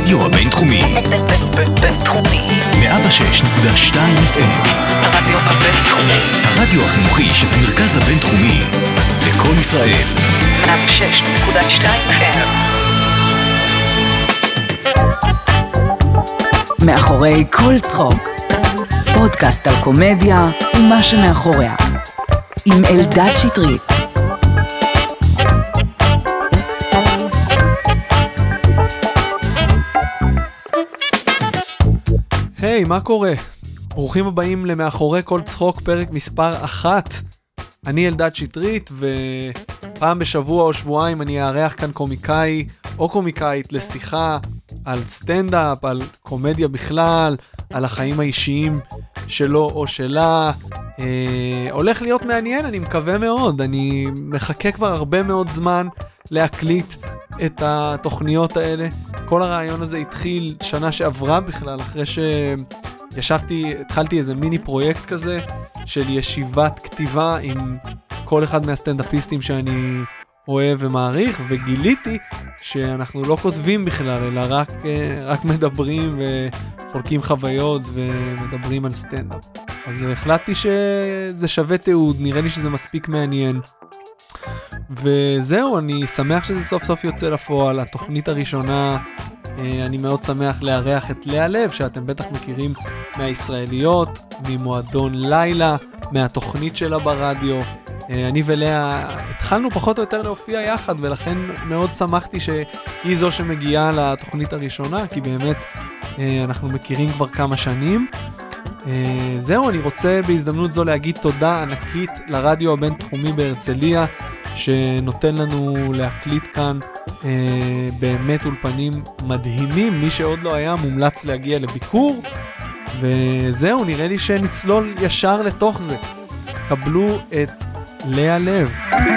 הרדיו הבינתחומי. בינתחומי. 106.2 FM. הרדיו הבינתחומי. הרדיו החינוכי של המרכז הבינתחומי. לקום ישראל. 106.2 FM. מאחורי כל צחוק. פודקאסט על קומדיה ומה שמאחוריה. עם אלדד שטרית. היי, מה קורה? ברוכים הבאים למאחורי כל צחוק, פרק מספר 1. אני אלדד שטרית, ופעם בשבוע או שבועיים אני אארח כאן קומיקאי או קומיקאית לשיחה על סטנדאפ, על קומדיה בכלל, על החיים האישיים שלו או שלה. הולך להיות מעניין, אני מקווה מאוד. אני מחכה כבר הרבה מאוד זמן להקליט את התוכניות האלה. כל הרעיון הזה התחיל שנה שעברה בכלל, אחרי התחלתי איזה מיני פרויקט כזה של ישיבת כתיבה עם כל אחד מהסטנדאפיסטים שאני אוהב ומעריך, וגיליתי שאנחנו לא כותבים בכלל, אלא רק מדברים וחולקים חוויות ומדברים על סטנדאפ. אז החלטתי שזה שווה תיעוד, נראה לי שזה מספיק מעניין. וזהו, אני שמח שזה סוף סוף יוצא לפועל, התוכנית הראשונה. אני מאוד שמח לארח את לאה לב, שאתם בטח מכירים מהישראליות, ממועדון לילה, מהתוכנית שלה ברדיו. אני ולאה התחלנו פחות או יותר להופיע יחד, ולכן מאוד שמחתי שהיא זו שמגיעה לתוכנית הראשונה, כי באמת אנחנו מכירים כבר כמה שנים. זהו, אני רוצה בהזדמנות זו להגיד תודה ענקית לרדיו הבינתחומי בהרצליה, שנותן לנו להקליט כאן באמת אולפנים מדהימים. מי שעוד לא היה מומלץ להגיע לביקור. וזהו, נראה לי שנצלול ישר לתוך זה. קבלו את לאה לב.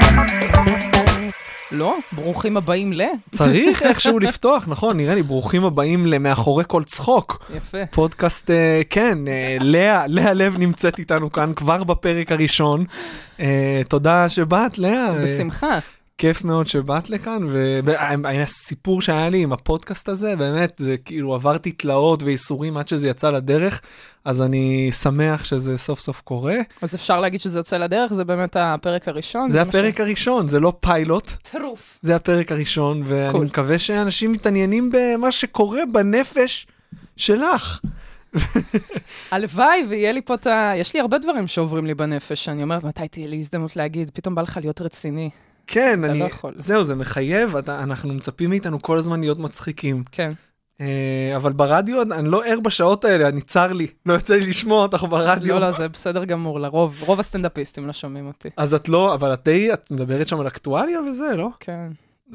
לא, ברוכים הבאים צריך איכשהו לפתוח, נכון, נראה לי ברוכים הבאים למאחורי כל צחוק. יפה. פודקאסט, כן, לאה לב נמצאת איתנו כאן כבר בפרק הראשון. תודה שבאת, לאה. בשמחה. כיף מאוד שבאת לכאן, והסיפור שהיה לי עם הפודקאסט הזה, באמת, זה כאילו עברתי תלאות ואיסורים עד שזה יצא לדרך, אז אני שמח שזה סוף סוף קורה. אז אפשר להגיד שזה יוצא לדרך, זה באמת הפרק הראשון? זה הפרק הראשון, זה לא פיילוט. טירוף. זה הפרק הראשון, ואני מקווה שאנשים מתעניינים במה שקורה בנפש שלך. הלוואי, ויהיה לי פה יש לי הרבה דברים שעוברים לי בנפש, אני אומרת, מתי תהיה לי הזדמנות להגיד, פתאום בא לך להיות רציני. כן, זהו, זה מחייב, אנחנו מצפים מאיתנו כל הזמן להיות מצחיקים. כן. אבל ברדיו, אני לא ער בשעות האלה, אני צר לי, לא יוצא לי לשמוע אותך ברדיו. לא, זה בסדר גמור, רוב הסטנדאפיסטים לא שומעים אותי. אז את לא, אבל את מדברת שם על אקטואליה וזה, לא? כן.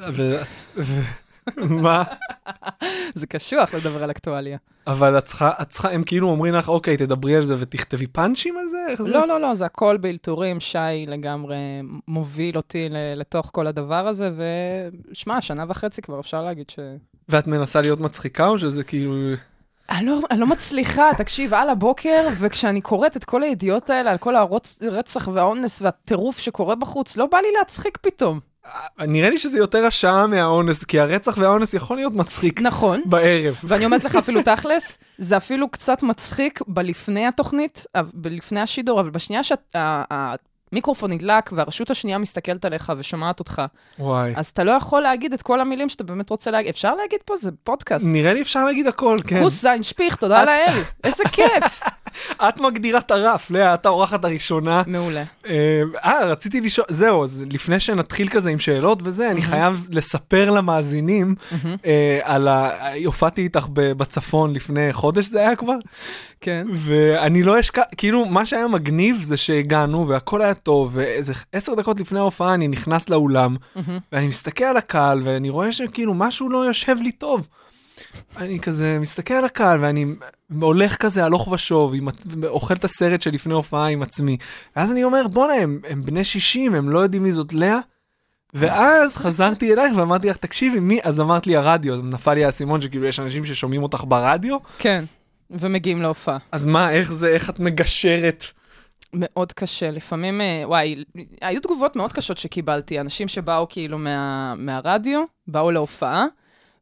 מה? זה קשוח לדבר על אקטואליה. אבל הם כאילו אומרים לך, אוקיי, תדברי על זה ותכתבי פאנצ'ים על זה? לא, זה הכל באלתורים, שי לגמרי מוביל אותי לתוך כל הדבר הזה, ושמע, 1.5 שנה כבר אפשר להגיד ש... ואת מנסה להיות מצחיקה או שזה כאילו... אני לא מצליחה, תקשיב, על הבוקר, וכשאני קוראת את כל הידיעות האלה, על כל הרצח והאונס והטירוף שקורה בחוץ, לא בא לי להצחיק פתאום. נראה לי שזה יותר השעה מהאונס, כי הרצח והאונס יכול להיות מצחיק. נכון. בערב. ואני אומרת לך אפילו תכלס, זה אפילו קצת מצחיק בלפני התוכנית, בלפני השידור, אבל בשנייה שהמיקרופון נדלק והרשות השנייה מסתכלת עליך ושומעת אותך, וואי. אז אתה לא יכול להגיד את כל המילים שאתה באמת רוצה להגיד. אפשר להגיד פה? זה פודקאסט. נראה לי אפשר להגיד הכל, כן. כוס זין שפיך, תודה לאל. איזה כיף. את מגדירה את הרף, לאה, את האורחת הראשונה. מעולה. רציתי לשאול, זהו, לפני שנתחיל כזה עם שאלות וזה, אני חייב לספר למאזינים על הופעתי איתך בצפון לפני חודש, זה היה כבר. כן. ואני לא אשכח, כאילו, מה שהיה מגניב זה שהגענו, והכל היה טוב, ואיזה 10 דקות לפני ההופעה אני נכנס לאולם, ואני מסתכל על הקהל, ואני רואה שכאילו משהו לא יושב לי טוב. אני כזה מסתכל על הקהל, ואני הולך כזה הלוך ושוב, אוכל את הסרט שלפני הופעה עם עצמי. ואז אני אומר, בונה, הם בני 60, הם לא יודעים מי זאת לאה. ואז חזרתי אלייך ואמרתי לך, תקשיבי, מי? אז אמרת לי הרדיו, אז נפל לי האסימון שכאילו יש אנשים ששומעים אותך ברדיו. כן, ומגיעים להופעה. אז מה, איך את מגשרת? מאוד קשה, לפעמים, וואי, היו תגובות מאוד קשות שקיבלתי, אנשים שבאו כאילו מהרדיו, באו להופעה,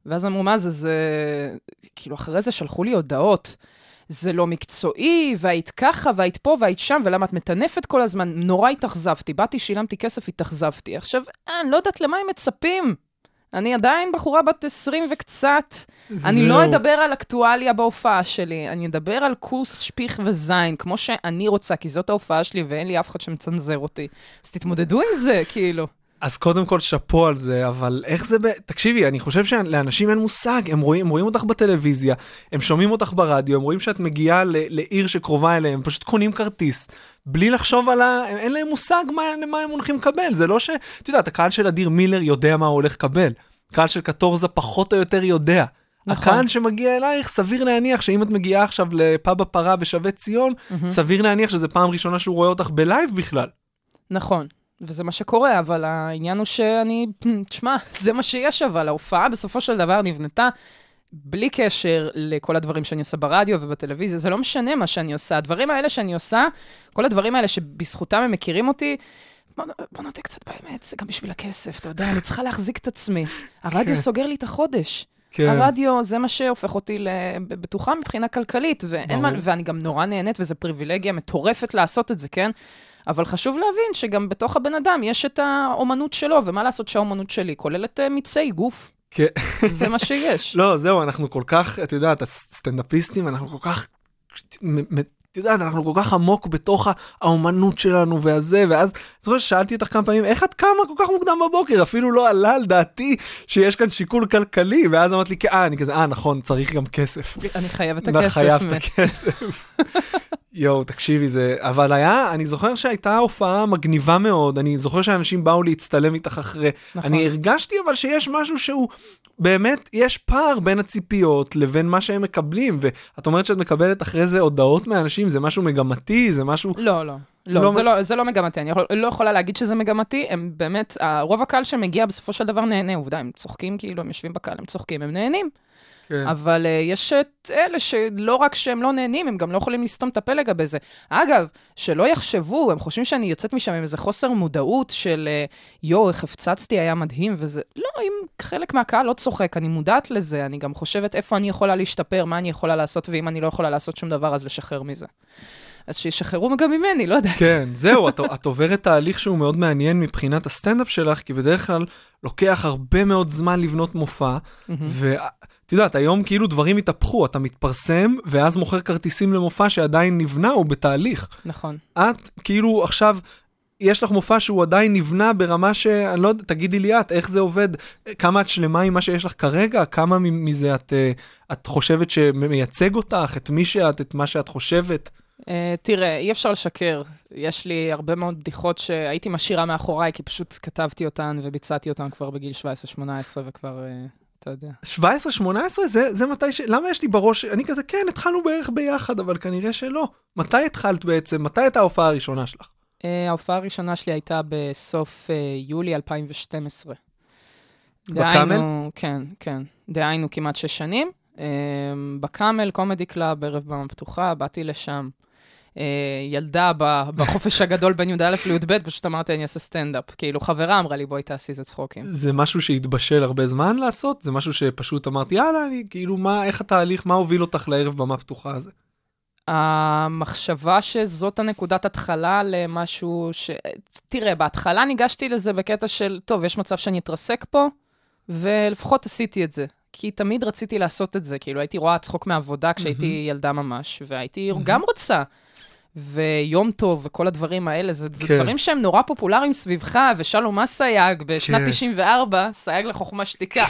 ואז אמרו, מה זה, כאילו אחרי זה שלחו לי הודעות, זה לא מקצועי, והיית ככה, והיית פה, והיית שם, ולמה את מטנפת כל הזמן, נורא התאכזבתי, באתי, שילמתי כסף, התאכזבתי. עכשיו, אני לא יודעת למה הם מצפים. אני עדיין בחורה בת 20 וקצת, אני לא אדבר על אקטואליה בהופעה שלי, אני אדבר על כוס שפיך וזין, כמו שאני רוצה, כי זאת ההופעה שלי, ואין לי אף אחד שמצנזר אותי. אז תתמודדו עם זה, כאילו. אז קודם כל שפו על זה, אבל איך זה תקשיבי, אני חושב שלאנשים אין מושג, הם רואים אותך בטלוויזיה, הם שומעים אותך ברדיו, הם רואים שאת מגיעה לעיר שקרובה אליהם, הם פשוט קונים כרטיס, בלי לחשוב אין להם מושג מה הם הולכים לקבל, זה לא אתה יודעת, הקהל של אדיר מילר יודע מה הוא הולך לקבל, הקהל של קטורזה פחות או יותר יודע, נכון. הקהל שמגיע אלייך, סביר להניח שאם את מגיעה עכשיו לפאב הפרה בשווה ציון, סביר להניח שזה פעם ראשונה שהוא רואה אותך בלייב בכלל. נכון. וזה מה שקורה, אבל העניין הוא תשמע, זה מה שיש, אבל ההופעה בסופו של דבר נבנתה בלי קשר לכל הדברים שאני עושה ברדיו ובטלוויזיה, זה לא משנה מה שאני עושה. הדברים האלה שאני עושה, כל הדברים האלה שבזכותם הם מכירים אותי, בוא נודה קצת באמת, זה גם בשביל הכסף, אתה יודע, אני צריכה להחזיק את עצמי. הרדיו סוגר לי את החודש. הרדיו זה מה שהופך אותי בטוחה מבחינה כלכלית, ואני גם נורא נהנית, וזו פריבילגיה מטורפת לעשות את זה, כן? אבל חשוב להבין שגם בתוך הבן אדם יש את האומנות שלו, ומה לעשות שהאומנות שלי כוללת מיצי גוף. זה מה שיש. לא, זהו, אנחנו כל כך, את יודעת, הסטנדאפיסטים, אנחנו כל כך, את יודעת, אנחנו כל כך עמוק בתוך האומנות שלנו והזה, ואז, זוכר ששאלתי אותך כמה פעמים, איך את קמה כל כך מוקדם בבוקר? אפילו לא עלה על דעתי שיש כאן שיקול כלכלי, ואז אמרת לי, אני כזה, נכון, צריך גם כסף. אני חייב את הכסף. חייב את הכסף. יואו, תקשיבי, אבל אני זוכר שהייתה הופעה מגניבה מאוד, אני זוכר שאנשים באו להצטלם איתך אחרי, אני הרגשתי אבל שיש משהו שהוא, באמת, יש פער בין הציפיות לבין מה שהם מקבלים, ואת אומרת שאת מקבלת אחרי זה הודעות מאנשים, זה משהו מגמתי, זה משהו... לא, זה לא מגמתי, אני לא יכולה להגיד שזה מגמתי, הם באמת, רוב הקהל שמגיע בסופו של דבר נהנה, עובדה, הם צוחקים כאילו, הם יושבים בקהל, הם צוחקים, הם נהנים. אבל יש את אלה שלא רק שהם לא נהנים, הם גם לא יכולים לסתום את הפה לגבי זה. אגב, שלא יחשבו, הם חושבים שאני יוצאת משם עם איזה חוסר מודעות של איך הפצצתי, היה מדהים, וזה לא, אם חלק מהקהל לא צוחק, אני מודעת לזה, אני גם חושבת איפה אני יכולה להשתפר, מה אני יכולה לעשות, ואם אני לא יכולה לעשות שום דבר, אז לשחרר מזה. אז שישחררו גם ממני, לא יודעת. כן, זהו, את עוברת תהליך שהוא מאוד מעניין מבחינת הסטנדאפ שלך, כי בדרך כלל לוקח הרבה מאוד זמן לבנות מופע, את יודעת, היום כאילו דברים התהפכו, אתה מתפרסם, ואז מוכר כרטיסים למופע שעדיין נבנה, הוא בתהליך. נכון. את כאילו עכשיו, יש לך מופע שהוא עדיין נבנה ברמה אני לא יודע, תגידי לי איך זה עובד, כמה את שלמה עם מה שיש לך כרגע, כמה מזה את חושבת שמייצג אותך, את מי שאת, את מה שאת חושבת? תראה, אי אפשר לשקר. יש לי הרבה מאוד בדיחות שהייתי משאירה מאחוריי, כי פשוט כתבתי אותן וביצעתי אותן כבר בגיל 17-18, וכבר... אתה יודע. 17-18? זה מתי למה יש לי בראש? אני כזה, כן, התחלנו בערך ביחד, אבל כנראה שלא. מתי התחלת בעצם? מתי הייתה ההופעה הראשונה שלך? ההופעה הראשונה שלי הייתה בסוף יולי 2012. בקאמל? כן. דהיינו כמעט 6 שנים. בקאמל, קומדי קלאב, בערב במה פתוחה, באתי לשם. ילדה בחופש הגדול בין י"א לי"ב, פשוט אמרתי, אני אעשה סטנדאפ. כאילו, חברה אמרה לי, בואי תעשי זה צחוקים. זה משהו שהתבשל הרבה זמן לעשות? זה משהו שפשוט אמרתי, יאללה, כאילו, איך התהליך, מה הוביל אותך לערב במה פתוחה הזה? המחשבה שזאת הנקודת התחלה למשהו תראה, בהתחלה ניגשתי לזה בקטע של, טוב, יש מצב שאני אתרסק פה, ולפחות עשיתי את זה. כי תמיד רציתי לעשות את זה, כאילו הייתי רואה צחוק מעבודה כשהייתי ילדה ממש, והייתי גם רוצה. ויום טוב וכל הדברים האלה, זה דברים שהם נורא פופולריים סביבך, ושלום אסייג בשנת 94, סייג לחוכמה שתיקה.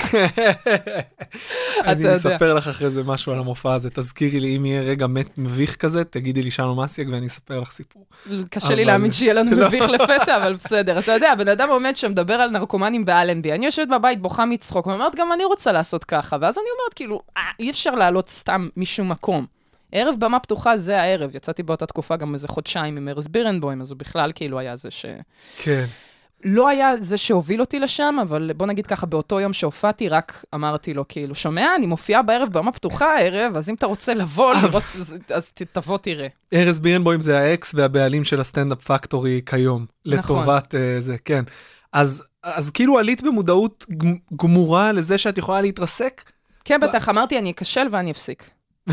אני אספר לך אחרי זה משהו על המופע הזה, תזכירי לי, אם יהיה רגע מביך כזה, תגידי לי שלום אסייג ואני אספר לך סיפור. קשה לי להאמין שיהיה לנו מביך לפתע, אבל בסדר. אתה יודע, בן אדם עומד שמדבר על נרקומנים באלנבי, אני יושבת בבית, בוכה מצחוק, ואומרת, גם אני רוצה לעשות ככה, ואז אני אומרת, כאילו, אי אפשר לעלות סתם משום מקום. ערב במה פתוחה זה הערב, יצאתי באותה תקופה גם איזה חודשיים עם ארז בירנבוים, אז הוא בכלל כאילו היה זה כן. לא היה זה שהוביל אותי לשם, אבל בוא נגיד ככה, באותו יום שהופעתי, רק אמרתי לו, כאילו, שומע, אני מופיעה בערב במה פתוחה הערב, אז אם אתה רוצה לבוא לראות, אז תבוא תראה. ארז בירנבוים זה האקס והבעלים של הסטנדאפ פקטורי כיום, לטובת זה, כן. אז אז כאילו עלית במודעות גמורה לזה שאת יכולה להתרסק? כן, בטח, אמרתי, אני אכשל ואני אפסיק.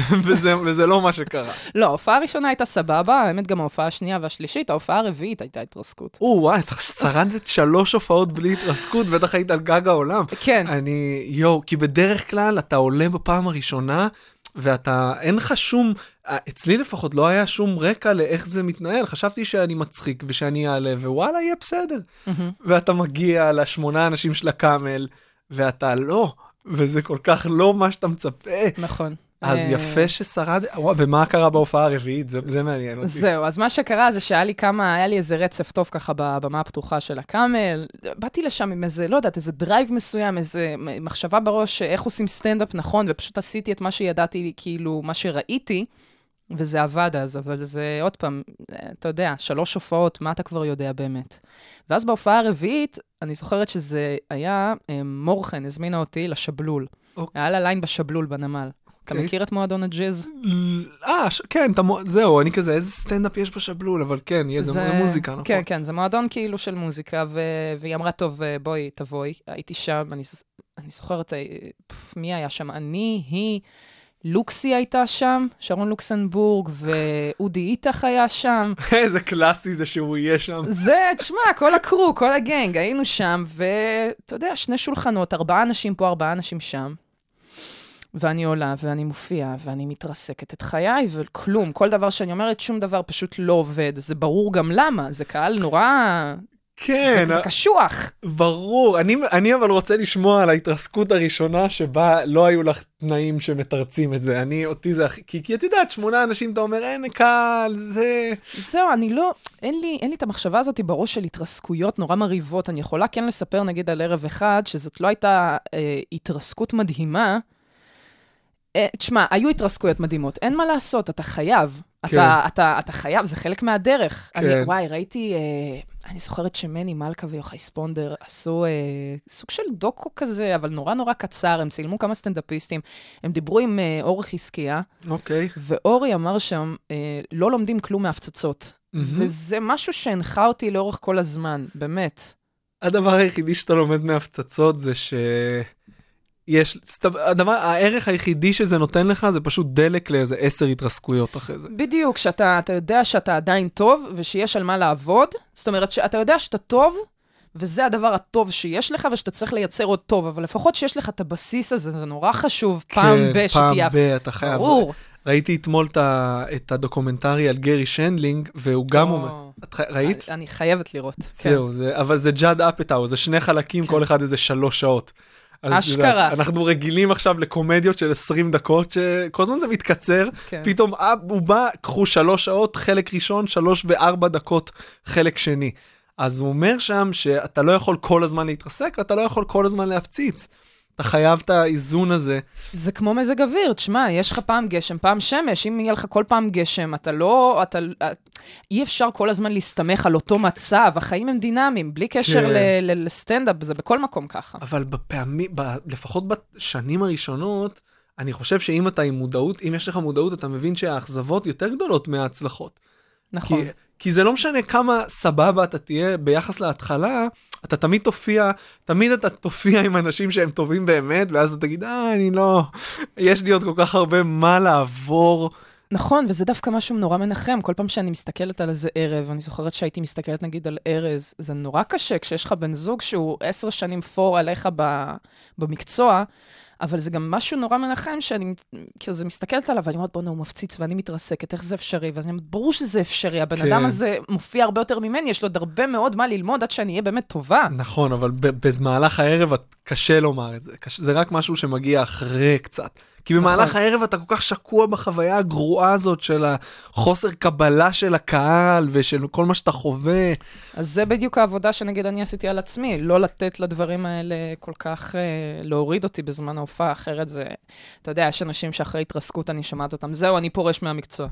וזה לא מה שקרה. לא, ההופעה הראשונה הייתה סבבה, האמת גם ההופעה השנייה והשלישית, ההופעה הרביעית הייתה התרסקות. וואי, שרדת 3 הופעות בלי התרסקות, בטח היית על גג העולם. כן. כי בדרך כלל אתה עולה בפעם הראשונה, ואתה, אין לך שום, אצלי לפחות לא היה שום רקע לאיך זה מתנהל, חשבתי שאני מצחיק ושאני אעלה, ווואלה, יהיה בסדר. ואתה מגיע ל8 אנשים של הקאמל, ואתה לא, וזה כל כך לא מה שאתה מצפה. נכון. אז יפה ששרד, ומה קרה בהופעה הרביעית? זה מעניין אותי. זהו, אז מה שקרה זה שהיה לי איזה רצף טוב ככה בבמה הפתוחה של הקאמל, באתי לשם עם איזה, לא יודעת, איזה דרייב מסוים, איזה מחשבה בראש, איך עושים סטנדאפ נכון, ופשוט עשיתי את מה שידעתי, כאילו, מה שראיתי, וזה עבד אז, אבל זה עוד פעם, אתה יודע, 3 הופעות, מה אתה כבר יודע באמת? ואז בהופעה הרביעית, אני זוכרת שזה היה, מורחן הזמינה אותי לשבלול. היה לה ליין בשבלול בנמל. אתה מכיר את מועדון הג'אז? כן, זהו, אני כזה, איזה סטנדאפ יש בשבלול, אבל כן, זה מוזיקה, נכון? כן, כן, זה מועדון כאילו של מוזיקה, והיא אמרה, טוב, בואי, תבואי. הייתי שם, אני זוכרת, מי היה שם? היא, לוקסי הייתה שם, שרון לוקסנבורג, ואודי איתך היה שם. איזה קלאסי זה שהוא יהיה שם. זה, תשמע, כל הקרו, כל הגנג, היינו שם, ואתה יודע, 2 שולחנות, 4 אנשים פה, 4 אנשים שם. ואני עולה, ואני מופיעה, ואני מתרסקת את חיי, וכלום. כל דבר שאני אומרת, שום דבר פשוט לא עובד. זה ברור גם למה. זה קהל נורא... כן. זה קשוח. ברור. אני אבל רוצה לשמוע על ההתרסקות הראשונה, שבה לא היו לך תנאים שמתרצים את זה. אותי זה הכי... כי את יודעת, 8 אנשים, אתה אומר, אין קהל, זה... זהו, אני לא... אין לי את המחשבה הזאת בראש של התרסקויות נורא מריבות. אני יכולה כן לספר, נגיד, על ערב אחד, שזאת לא הייתה התרסקות מדהימה, תשמע, היו התרסקויות מדהימות, אין מה לעשות, אתה חייב, אתה חייב, זה חלק מהדרך. וואי, ראיתי, אני זוכרת שמני מלכה ויוחאי ספונדר עשו סוג של דוקו כזה, אבל נורא נורא קצר, הם צילמו כמה סטנדאפיסטים, הם דיברו עם אורי חזקיה, ואורי אמר שם, לא לומדים כלום מהפצצות, וזה משהו שהנחה אותי לאורך כל הזמן, באמת. הדבר היחידי שאתה לומד מהפצצות זה הערך היחידי שזה נותן לך, זה פשוט דלק לאיזה 10 התרסקויות אחרי זה. בדיוק, שאתה יודע שאתה עדיין טוב, ושיש על מה לעבוד, זאת אומרת שאתה יודע שאתה טוב, וזה הדבר הטוב שיש לך, ושאתה צריך לייצר עוד טוב, אבל לפחות שיש לך את הבסיס הזה, זה נורא חשוב, פעם שתהיה... פעם אתה חייב. ראיתי אתמול את הדוקומנטרי על גרי שנדלינג, והוא גם אומר... ראית? אני חייבת לראות. זהו, אבל זה ג'אד אפטאו, זה 2 חלקים, כל אחד איזה 3 שעות. אשכרה. אנחנו רגילים עכשיו לקומדיות של 20 דקות, שכל הזמן זה מתקצר, פתאום הוא בא, קחו 3 שעות, חלק ראשון, 3 ו4 דקות, חלק שני. אז הוא אומר שם שאתה לא יכול כל הזמן להתרסק, ואתה לא יכול כל הזמן להפציץ. אתה חייב את האיזון הזה. זה כמו מזג אוויר, תשמע, יש לך פעם גשם, פעם שמש, אם יהיה לך כל פעם גשם, אי אפשר כל הזמן להסתמך על אותו מצב, החיים הם דינמיים, בלי קשר לסטנדאפ, זה בכל מקום ככה. אבל לפחות בשנים הראשונות, אני חושב שאם אתה עם מודעות, אם יש לך מודעות, אתה מבין שהאכזבות יותר גדולות מההצלחות. נכון. כי זה לא משנה כמה סבבה אתה תהיה ביחס להתחלה, אתה תמיד אתה תופיע עם אנשים שהם טובים באמת, ואז אתה תגיד, אני לא, יש לי עוד כל כך הרבה מה לעבור. נכון, וזה דווקא משהו נורא מנחם, כל פעם שאני מסתכלת על איזה ערב, אני זוכרת שהייתי מסתכלת נגיד על ארז, זה נורא קשה כשיש לך בן זוג שהוא 10 שנים פור עליך במקצוע, אבל זה גם משהו נורא מנחם, שאני כזה מסתכלת עליו, ואני אומרת, בוא, הוא מפציץ, ואני מתרסקת, איך זה אפשרי? ואז אני אומרת, ברור שזה אפשרי, הבן אדם הזה מופיע הרבה יותר ממני, יש לו הרבה מאוד מה ללמוד, עד שאני אהיה באמת טובה. נכון, אבל במהלך הערב קשה לומר את זה. זה רק משהו שמגיע אחרי קצת. כי במהלך הערב אתה כל כך שקוע בחוויה הגרועה הזאת של החוסר קבלה של הקהל ושל כל מה שאתה חווה. אז זה בדיוק העבודה שנגיד אני עשיתי על עצמי, לא לתת לדברים האלה כל כך להוריד אותי בזמן ההופעה, אחרת זה, אתה יודע, יש אנשים שאחרי התרסקות אני שמעת אותם, זהו, אני פורש מהמקצוע.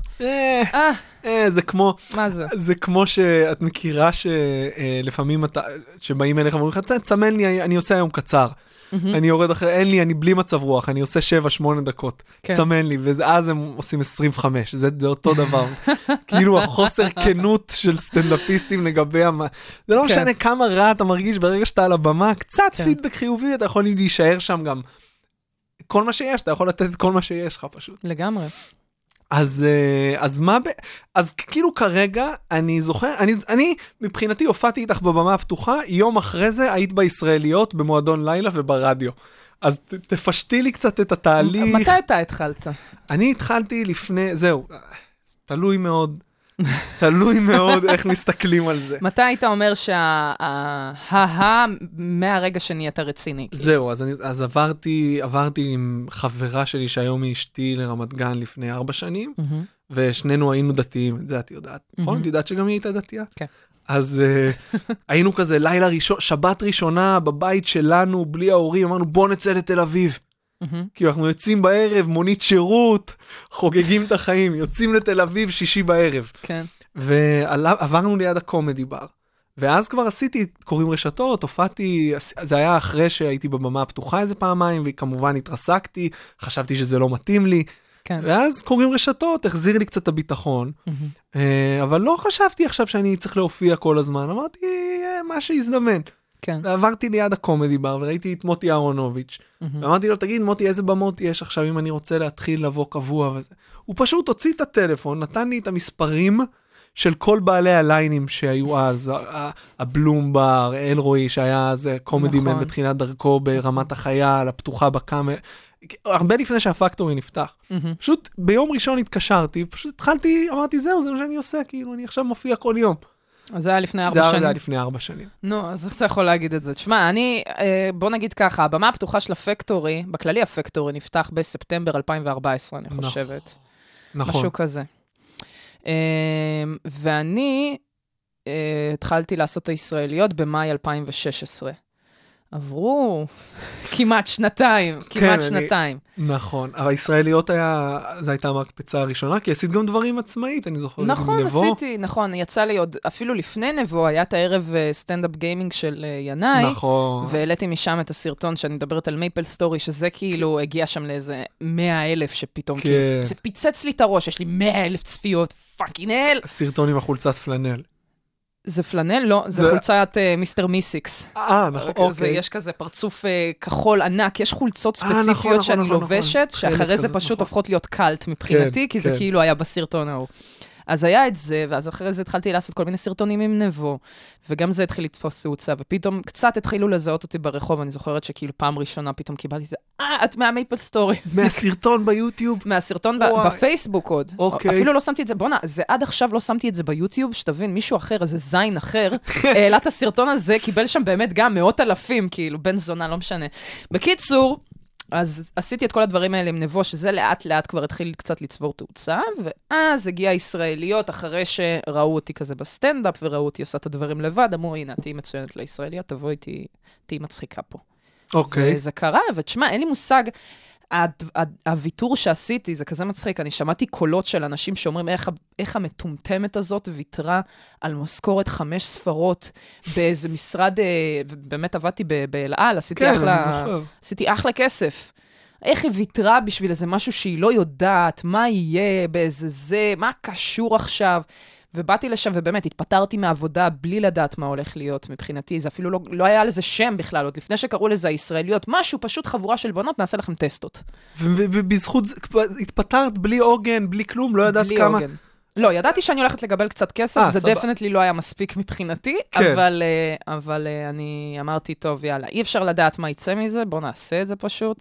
זה כמו... מה זה? זה כמו שאת מכירה שלפעמים שבאים אליך ואומרים לך, צמן לי, אני עושה היום קצר. אני יורד אחרי, אין לי, אני בלי מצב רוח, אני עושה 7-8 דקות, כן. צמן לי, ואז הם עושים 25, זה אותו דבר. כאילו החוסר כנות של סטנדאפיסטים לגבי זה לא כן. משנה כמה רע אתה מרגיש ברגע שאתה על הבמה, קצת כן. פידבק חיובי, אתה יכול להישאר שם גם. כל מה שיש, אתה יכול לתת את כל מה שיש לך פשוט. לגמרי. אז כאילו כרגע, אני זוכר, אני מבחינתי הופעתי איתך בבמה הפתוחה, יום אחרי זה היית בישראליות במועדון לילה וברדיו. אז תפשטי לי קצת את התהליך. מתי אתה התחלת? אני התחלתי לפני, זהו, תלוי מאוד, תלוי מאוד איך מסתכלים על זה. מתי היית אומר מהרגע שנהיית רציני? זהו, אז עברתי עם חברה שלי שהיום היא אשתי לרמת גן לפני 4 שנים, ושנינו היינו דתיים, את זה את יודעת, נכון? את יודעת שגם היא הייתה דתייה? כן. אז היינו כזה לילה ראשון, שבת ראשונה בבית שלנו, בלי ההורים, אמרנו בוא נצא לתל אביב. כי אנחנו יוצאים בערב, מונית שירות, חוגגים את החיים, יוצאים לתל אביב 6 בערב. כן. ועברנו ליד הקומדי בר. ואז כבר עשיתי, קוראים רשתות, הופעתי, זה היה אחרי שהייתי בבמה הפתוחה איזה פעמיים, וכמובן התרסקתי, חשבתי שזה לא מתאים לי. כן. ואז קוראים רשתות, החזיר לי קצת את הביטחון. אבל לא חשבתי עכשיו שאני צריך להופיע כל הזמן, אמרתי, מה שיזדמן. כן. ועברתי ליד הקומדי בר, וראיתי את מוטי אהרונוביץ'. ואמרתי לו, תגיד, מוטי, איזה במות יש עכשיו אם אני רוצה להתחיל לבוא קבוע וזה? הוא פשוט הוציא את הטלפון, נתן לי את המספרים של כל בעלי הליינים שהיו אז, הבלום בר, אלרועי, שהיה אז קומדי מן בתחילת דרכו ברמת החייל, הפתוחה בקאמר, הרבה לפני שהפקטורי נפתח. פשוט ביום ראשון התקשרתי, פשוט התחלתי, אמרתי, זהו, זה מה שאני עושה, כאילו, אני עכשיו מופיע כל יום. אז זה היה לפני 4 שנים. זה היה לפני 4 שנים. נו, אז איך אתה יכול להגיד את זה? תשמע, בוא נגיד ככה, הבמה הפתוחה של הפקטורי, בכללי הפקטורי, נפתח בספטמבר 2014, אני חושבת. נכון. משהו כזה. ואני התחלתי לעשות את הישראליות במאי 2016. עברו כמעט שנתיים, נכון, אבל הישראליות זו הייתה המקפצה הראשונה, כי עשית גם דברים עצמאית, אני זוכר. נכון, עשיתי, נכון, יצא לי עוד, אפילו לפני נבו, היה את הערב סטנדאפ גיימינג של ינאי, נכון. והעליתי משם את הסרטון שאני מדברת על מייפל סטורי, שזה כאילו הגיע שם לאיזה 100,000 שפתאום, כאילו, זה פיצץ לי את הראש, יש לי 100,000 צפיות, פאקינג אל. הסרטון עם החולצת פלנל. זה פלנל? לא, זה חולצת מיסטר מיסיקס. נכון, אוקיי. יש כזה פרצוף כחול ענק, יש חולצות ספציפיות שאני לובשת, שאחרי זה פשוט הופכות להיות קלט מבחינתי, כי זה כאילו היה בסרטון ההוא. אז היה את זה, ואז אחרי זה התחלתי לעשות כל מיני סרטונים עם נבו, וגם זה התחיל לתפוס סעוצה, ופתאום קצת התחילו לזהות אותי ברחוב, אני זוכרת שכאילו פעם ראשונה פתאום קיבלתי את זה, את מהמייפל סטורי. מהסרטון ביוטיוב? מהסרטון בפייסבוק עוד. אפילו לא שמתי את זה, בונה, זה עד עכשיו לא שמתי את זה ביוטיוב, שתבין, מישהו אחר, איזה זין אחר, העלה את הסרטון הזה, קיבל שם באמת גם 100,000, כאילו, בן זונה, לא משנה. בקיצור, אז עשיתי את כל הדברים האלה עם נבו, שזה לאט לאט כבר התחיל קצת לצבור תאוצה, ואז הגיעה ישראליות אחרי שראו אותי כזה בסטנדאפ, וראו אותי עושה את הדברים לבד, אמרו, הנה, תהי מצוינת לישראליות, תבואי, תהי מצחיקה פה. אוקיי. וזה קרה, ותשמע, אין לי מושג, הוויתור שעשיתי, זה כזה מצחיק, אני שמעתי קולות של אנשים שאומרים איך המטומטמת הזאת ויתרה על משכורת 5 ספרות באיזה משרד, באמת עבדתי באלעל, עשיתי אחלה כסף. איך היא ויתרה בשביל איזה משהו שהיא לא יודעת, מה יהיה באיזה זה, מה קשור עכשיו? ובאתי לשם ובאמת התפטרתי מהעבודה בלי לדעת מה הולך להיות מבחינתי, זה אפילו לא היה לזה שם בכלל, עוד לפני שקראו לזה הישראליות, משהו פשוט חבורה של בנות, נעשה לכם טסטות. ובזכות, התפטרת בלי עוגן, בלי כלום, לא ידעת כמה... לא, ידעתי שאני הולכת לקבל קצת כסף, זה דפנטלי לא היה מספיק מבחינתי, אבל אני אמרתי, טוב, יאללה, אי אפשר לדעת מה יצא מזה, בוא נעשה את זה פשוט,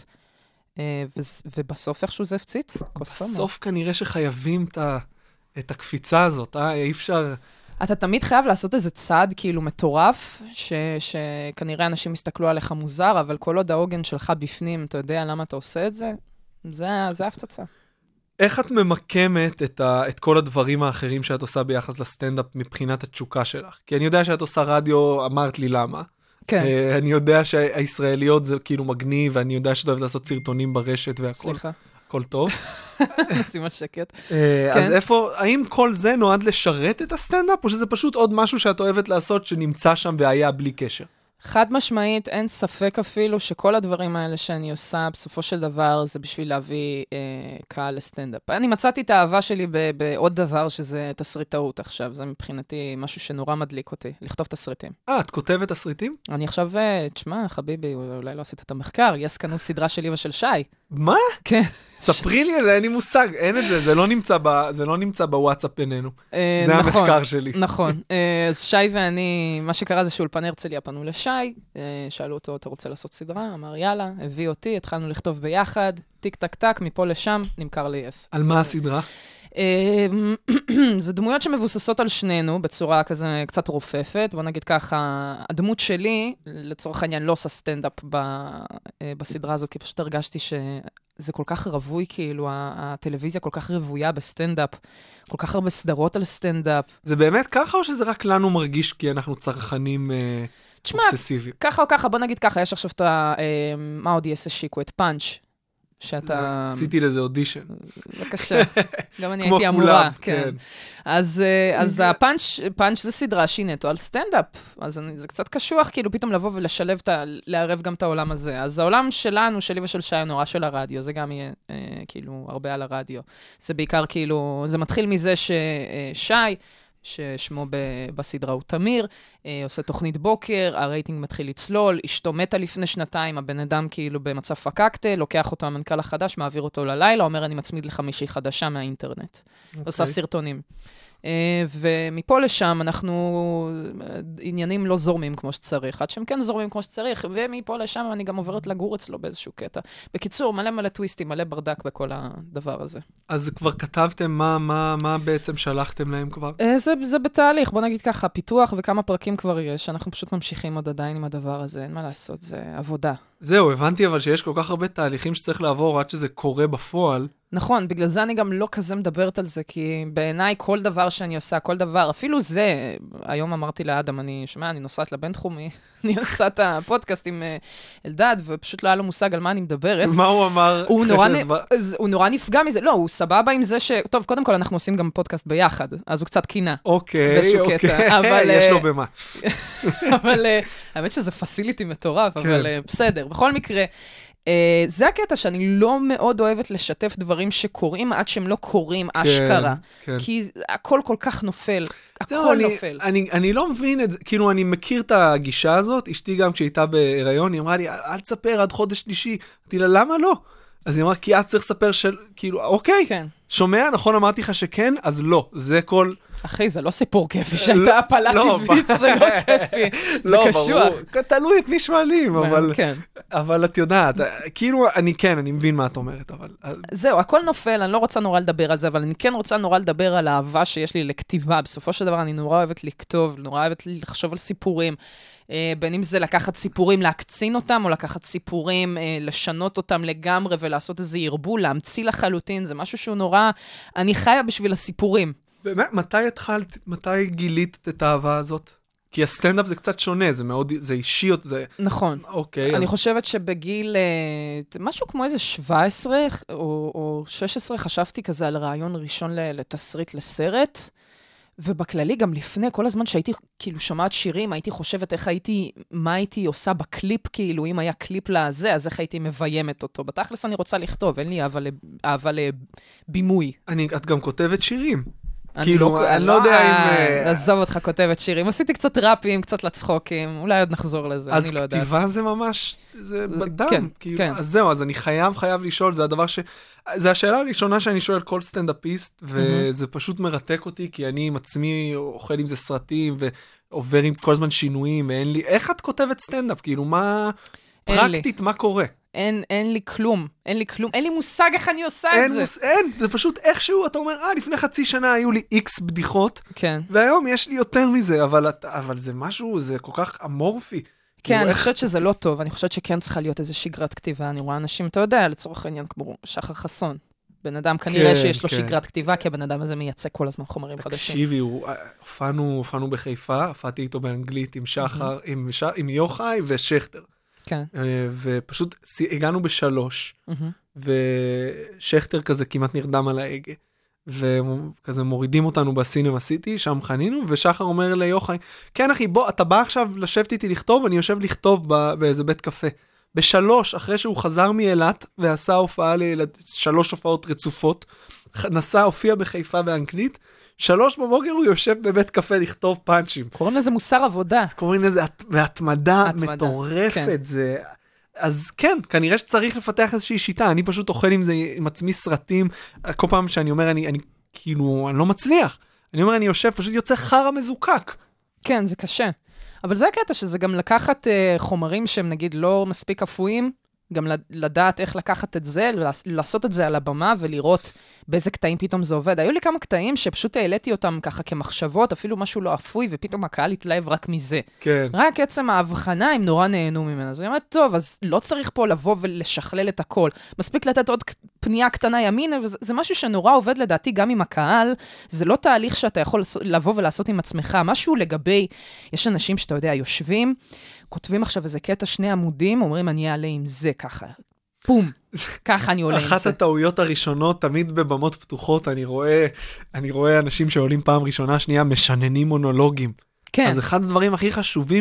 ובסוף איכשהו זה הפציץ, בסוף כנראה שחייבים את הקפיצה הזאת, אי אפשר... אתה תמיד חייב לעשות איזה צעד כאילו מטורף, שכנראה אנשים יסתכלו עליך מוזר, אבל כל עוד העוגן שלך בפנים, אתה יודע למה אתה עושה את זה? זה הפצצה. איך את ממקמת את כל הדברים האחרים שאת עושה ביחס לסטנדאפ מבחינת התשוקה שלך? כי אני יודע שאת עושה רדיו, אמרת לי למה. כן. אני יודע שהישראליות זה כאילו מגניב, ואני יודע שאת אוהבת לעשות סרטונים ברשת והכל. סליחה. הכל טוב. נשים על שקט. אז איפה, האם כל זה נועד לשרת את הסטנדאפ, או שזה פשוט עוד משהו שאת אוהבת לעשות שנמצא שם והיה בלי קשר? חד משמעית, אין ספק אפילו שכל הדברים האלה שאני עושה, בסופו של דבר, זה בשביל להביא קהל לסטנדאפ. אני מצאתי את האהבה שלי בעוד דבר, שזה תסריטאות עכשיו. זה מבחינתי משהו שנורא מדליק אותי, לכתוב תסריטים. את כותבת תסריטים? אני עכשיו, תשמע, חביבי, אולי לא עשית את המחקר, יש כאן סדרה שלי ושל שי. מה? כן. ספרי לי על זה, אין לי מושג, אין את זה, זה לא נמצא בוואטסאפ בינינו. זה המחקר שלי. נכון. אז שי ואני, מה שקרה זה שאולפן הרצליה פנו לשי, שאלו אותו, אתה רוצה לעשות סדרה? אמר, יאללה, הביא אותי, התחלנו לכתוב ביחד, טיק טק טק, מפה לשם, נמכר לי-יס. על מה הסדרה? זה דמויות שמבוססות על שנינו, בצורה כזה קצת רופפת. בוא נגיד ככה, הדמות שלי, לצורך העניין, לא עושה סטנדאפ בסדרה הזאת, כי פשוט הרגשתי שזה כל כך רווי, כאילו, הטלוויזיה כל כך רוויה בסטנדאפ, כל כך הרבה סדרות על סטנדאפ. זה באמת ככה או שזה רק לנו מרגיש כי אנחנו צרכנים אובססיביים? ככה או ככה, בוא נגיד ככה, יש עכשיו את מה עוד השיקו? את פאנץ' שאתה... עשיתי לזה אודישן. בבקשה. גם אני הייתי אמורה. כן. אז הפאנץ' זה סדרה שהיא נטו על סטנדאפ. אז זה קצת קשוח, כאילו, פתאום לבוא ולשלב, לערב גם את העולם הזה. אז העולם שלנו, שלי ושל שי, נורא של הרדיו, זה גם יהיה, כאילו, הרבה על הרדיו. זה בעיקר, כאילו, זה מתחיל מזה ששי, ששמו בסדרה הוא תמיר, עושה תוכנית בוקר, הרייטינג מתחיל לצלול, אשתו מתה לפני שנתיים, הבן אדם כאילו במצב פקקטה, לוקח אותו המנכ"ל החדש, מעביר אותו ללילה, אומר אני מצמיד לך מישהי חדשה מהאינטרנט. עושה סרטונים. ומפה לשם אנחנו עניינים לא זורמים כמו שצריך, עד שהם כן זורמים כמו שצריך, ומפה לשם אני גם עוברת לגור אצלו באיזשהו קטע. בקיצור, מלא טוויסטים, מלא ברדק בכל הדבר הזה. אז כבר כתבתם מה בעצם שלחתם להם כבר? זה בתהליך, בוא נגיד ככה, פיתוח וכמה פרקים כבר יש, אנחנו פשוט ממשיכים עוד עדיין עם הדבר הזה, אין מה לעשות, זה עבודה. זהו, הבנתי אבל שיש כל כך הרבה תהליכים שצריך לעבור עד שזה קורה בפועל. נכון, בגלל זה אני גם לא כזה מדברת על זה, כי בעיניי כל דבר שאני עושה, כל דבר, אפילו זה, היום אמרתי לאדם, אני נוסעת לבינתחומי, אני עושה את הפודקאסט עם אלדד, ופשוט לא היה לו מושג על מה אני מדברת. מה הוא אמר? הוא נורא נפגע מזה, לא, הוא סבבה עם זה טוב, קודם כל אנחנו עושים גם פודקאסט ביחד, אז הוא קצת קינה. אוקיי, יש לו במה. אבל האמת שזה פסיליטי מטורף, אבל בסדר. בכל מקרה, זה הקטע שאני לא מאוד אוהבת לשתף דברים שקורים עד שהם לא קורים אשכרה. כי הכל כל כך נופל. הכל נופל. אני לא מבין את זה, כאילו אני מכיר את הגישה הזאת, אשתי גם כשהייתה בהיריון, היא אמרה לי, אל תספר עד חודש שלישי. אמרתי לה, למה לא? אז היא אמרה, כי את צריך לספר כאילו, אוקיי, שומע, נכון, אמרתי לך שכן, אז לא, זה כל... אחי, זה לא סיפור כיפי, שהייתה הפלה טבעית, זה לא כיפי, זה קשוח. תלוי את מי שואלים, אבל את יודעת, כאילו, אני מבין מה את אומרת, אבל... זהו, הכל נופל, אני לא רוצה נורא לדבר על זה, אבל אני כן רוצה נורא לדבר על האהבה שיש לי לכתיבה. בסופו של דבר, אני נורא אוהבת לכתוב, נורא אוהבת לחשוב על סיפורים. בין אם זה לקחת סיפורים, להקצין אותם, או לקחת סיפורים, לשנות אותם לגמרי, ולעשות איזה ערבול, להמציא לחלוטין, זה משהו שהוא נורא... אני חיה בשביל הסיפורים. באמת, מתי גילית את האהבה הזאת? כי הסטנדאפ זה קצת שונה, זה מאוד, זה אישי, זה... נכון. אוקיי. אני חושבת שבגיל, משהו כמו איזה 17 או 16, חשבתי כזה על רעיון ראשון לתסריט לסרט, ובכללי גם לפני, כל הזמן שהייתי כאילו שומעת שירים, הייתי חושבת מה הייתי עושה בקליפ, כאילו אם היה קליפ לזה, אז איך הייתי מביימת אותו. בתכלס אני רוצה לכתוב, אין לי אהבה לבימוי. את גם כותבת שירים. כאילו, אני לא יודע אם... עזוב אותך, כותבת שירים. עשיתי קצת ראפים, קצת לצחוקים, אולי עוד נחזור לזה, אני לא יודעת. אז כתיבה זה ממש, זה בדם. כן. אז זהו, אז אני חייב לשאול, זה הדבר זה השאלה הראשונה שאני שואל כל סטנדאפיסט, וזה פשוט מרתק אותי, כי אני עם עצמי אוכל עם זה סרטים, ועובר עם כל הזמן שינויים, ואין לי... איך את כותבת סטנדאפ? כאילו, מה... פרקטית, מה קורה? אין לי כלום, אין לי מושג איך אני עושה את זה. אין, זה פשוט איכשהו, אתה אומר, לפני חצי שנה היו לי איקס בדיחות, כן. והיום יש לי יותר מזה, אבל זה משהו, זה כל כך אמורפי. כן, אני חושבת שזה לא טוב, אני חושבת שכן צריכה להיות איזו שגרת כתיבה, אני רואה אנשים, אתה יודע, לצורך העניין כמו שחר חסון, בן אדם כנראה שיש לו שגרת כתיבה, כי הבן אדם הזה מייצג כל הזמן חומרים חדשים. תקשיבי, הופענו בחיפה, הופעתי איתו באנגלית עם שחר, עם יוחאי ושכטר. כן. ופשוט הגענו ב3, ושכטר כזה כמעט נרדם על ההגה. וכזה מורידים אותנו בסינמה סיטי, שם חנינו, ושחר אומר ליוחאי, כן אחי, בוא, אתה בא עכשיו לשבת איתי לכתוב, אני יושב לכתוב באיזה בית קפה. ב3, אחרי שהוא חזר מאילת, ועשה הופעה 3 הופעות רצופות, הופיע בחיפה באנגלית, 3 בבוקר הוא יושב בבית קפה לכתוב פאנצ'ים. קוראים לזה מוסר עבודה. קוראים לזה, והתמדה מטורפת, זה... אז כן, כנראה שצריך לפתח איזושהי שיטה, אני פשוט אוכל עם זה, עם עצמי סרטים, כל פעם שאני אומר, אני כאילו, אני לא מצליח. אני אומר, אני יושב, פשוט יוצא חרא מזוקק. כן, זה קשה. אבל זה הקטע, שזה גם לקחת חומרים שהם נגיד לא מספיק אפויים, גם לדעת איך לקחת את זה, לעשות את זה על הבמה ולראות באיזה קטעים פתאום זה עובד. היו לי כמה קטעים שפשוט העליתי אותם ככה כמחשבות, אפילו משהו לא אפוי, ופתאום הקהל התלהב רק מזה. כן. רק עצם ההבחנה, הם נורא נהנו ממנה. אז אני אומרת, טוב, אז לא צריך פה לבוא ולשכלל את הכל. מספיק לתת עוד פנייה קטנה ימינה, וזה משהו שנורא עובד לדעתי גם עם הקהל. זה לא תהליך שאתה יכול לבוא ולעשות עם עצמך. משהו לגבי, יש אנשים שאתה יודע, יושבים, כותבים עכשיו איזה קטע 2 עמודים, אומרים, אני אעלה עם זה ככה. פום, ככה אני עולה עם זה. אחת הטעויות הראשונות, תמיד בבמות פתוחות, אני רואה אנשים שעולים פעם ראשונה, שנייה, משננים מונולוגים. כן. אז אחד הדברים הכי חשובים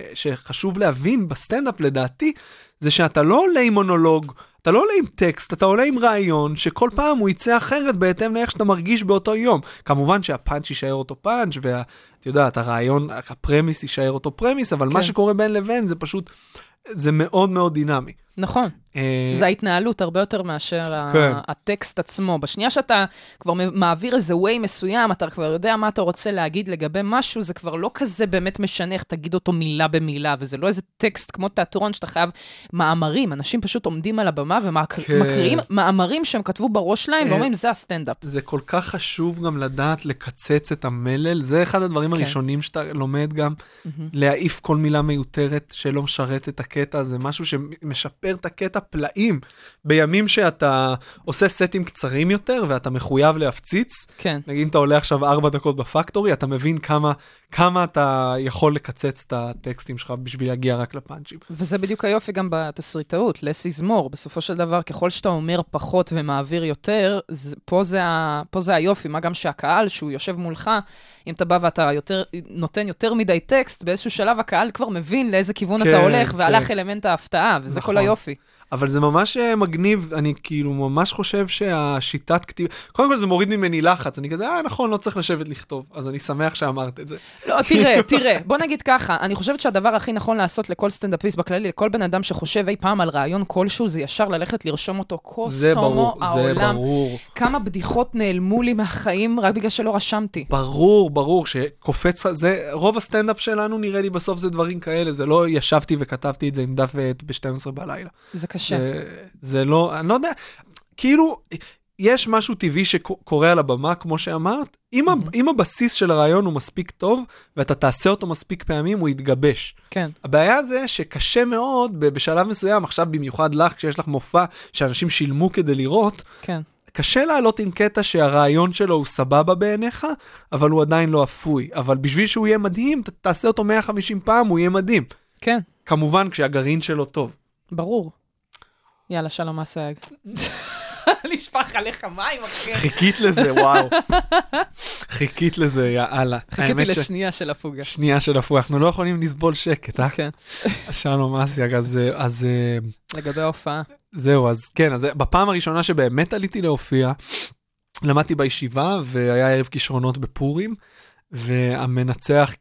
שחשוב להבין בסטנדאפ לדעתי, זה שאתה לא עולה עם מונולוג, אתה לא עולה עם טקסט, אתה עולה עם רעיון, שכל פעם הוא יצא אחרת בהתאם לאיך שאתה מרגיש באותו יום. כמובן שהפאנץ' יישאר אותו פאנץ', ואתה יודע, הרעיון, הפרמיס יישאר אותו פרמיס, אבל מה שקורה בין לבין זה פשוט, זה מאוד מאוד דינמי. נכון. זה ההתנהלות הרבה יותר מאשר הטקסט עצמו. בשנייה שאתה כבר מעביר איזה way מסוים, אתה כבר יודע מה אתה רוצה להגיד לגבי משהו, זה כבר לא כזה באמת משנה איך תגיד אותו מילה במילה, וזה לא איזה טקסט כמו תיאטרון שאתה חייב מאמרים. אנשים פשוט עומדים על הבמה ומקריאים מאמרים שהם כתבו בראש להם, ואומרים, זה הסטנדאפ. זה כל כך חשוב גם לדעת לקצץ את המלל, זה אחד הדברים הראשונים שאתה לומד גם, להעיף כל מילה מיותרת שלא משרת את הקטע, זה משהו שמשפר את הקטע פלאים, בימים שאתה עושה סטים קצרים יותר, ואתה מחויב להפציץ, כן. נגיד אתה עולה עכשיו 4 דקות בפקטורי, אתה מבין כמה אתה יכול לקצץ את הטקסטים שלך, בשביל להגיע רק לפאנצ'ים. וזה בדיוק היופי גם בתסריטאות, less is more, בסופו של דבר, ככל שאתה אומר פחות ומעביר יותר, פה זה היופי, מה גם שהקהל, שהוא יושב מולך, אם אתה בא ואתה נותן יותר מדי טקסט, באיזשהו שלב הקהל כבר מבין לאיזה כיוון אתה הולך, והלך אלמנט ההפתעה, וזה כל היופי. אבל זה ממש מגניב, אני כאילו ממש חושב שהשיטת כתיב, קודם כל זה מוריד ממני לחץ, אני כזה, נכון, לא צריך לשבת לכתוב, אז אני שמח שאמרת את זה. לא, תראה, בוא נגיד ככה, אני חושבת שהדבר הכי נכון לעשות לכל סטנדאפיסט בכללי, לכל בן אדם שחושב אי פעם על רעיון כלשהו, זה ישר ללכת לרשום אותו, קוסומו העולם. כמה בדיחות נעלמו לי מהחיים, רק בגלל שלא רשמתי. ברור, שקופץ, זה, רוב הסטנדאפ שלנו נראה לי בסוף זה דברים כאלה, זה לא ישבתי וכתבתי את זה עם דף ועט ב-12 בלילה. זה קשה. זה לא, אני לא יודע, כאילו, יש משהו טבעי שקורה על הבמה, כמו שאמרת, אם הבסיס של הרעיון הוא מספיק טוב, ואתה תעשה אותו מספיק פעמים, הוא יתגבש. כן. הבעיה זה שקשה מאוד, בשלב מסוים, עכשיו במיוחד לך, כשיש לך מופע שאנשים שילמו כדי לראות, כן. קשה לעלות עם קטע שהרעיון שלו הוא סבבה בעיניך, אבל הוא עדיין לא אפוי. אבל בשביל שהוא יהיה מדהים, תעשה אותו 150 פעם, הוא יהיה מדהים. כן. כמובן, כשהגרעין שלו טוב. ברור. יאללה, שלום אסייג. לשפך עליך מים, אחי. חיכית לזה, וואו. חיכית לזה, יאללה. חיכיתי לשנייה של הפוגה. שנייה של הפוגה. אנחנו לא יכולים לסבול שקט, אה? כן. שלום אסייג, אז... לגבי ההופעה. זהו, אז כן, אז בפעם הראשונה שבאמת עליתי להופיע, למדתי בישיבה, והיה ערב כישרונות בפורים, והמנצח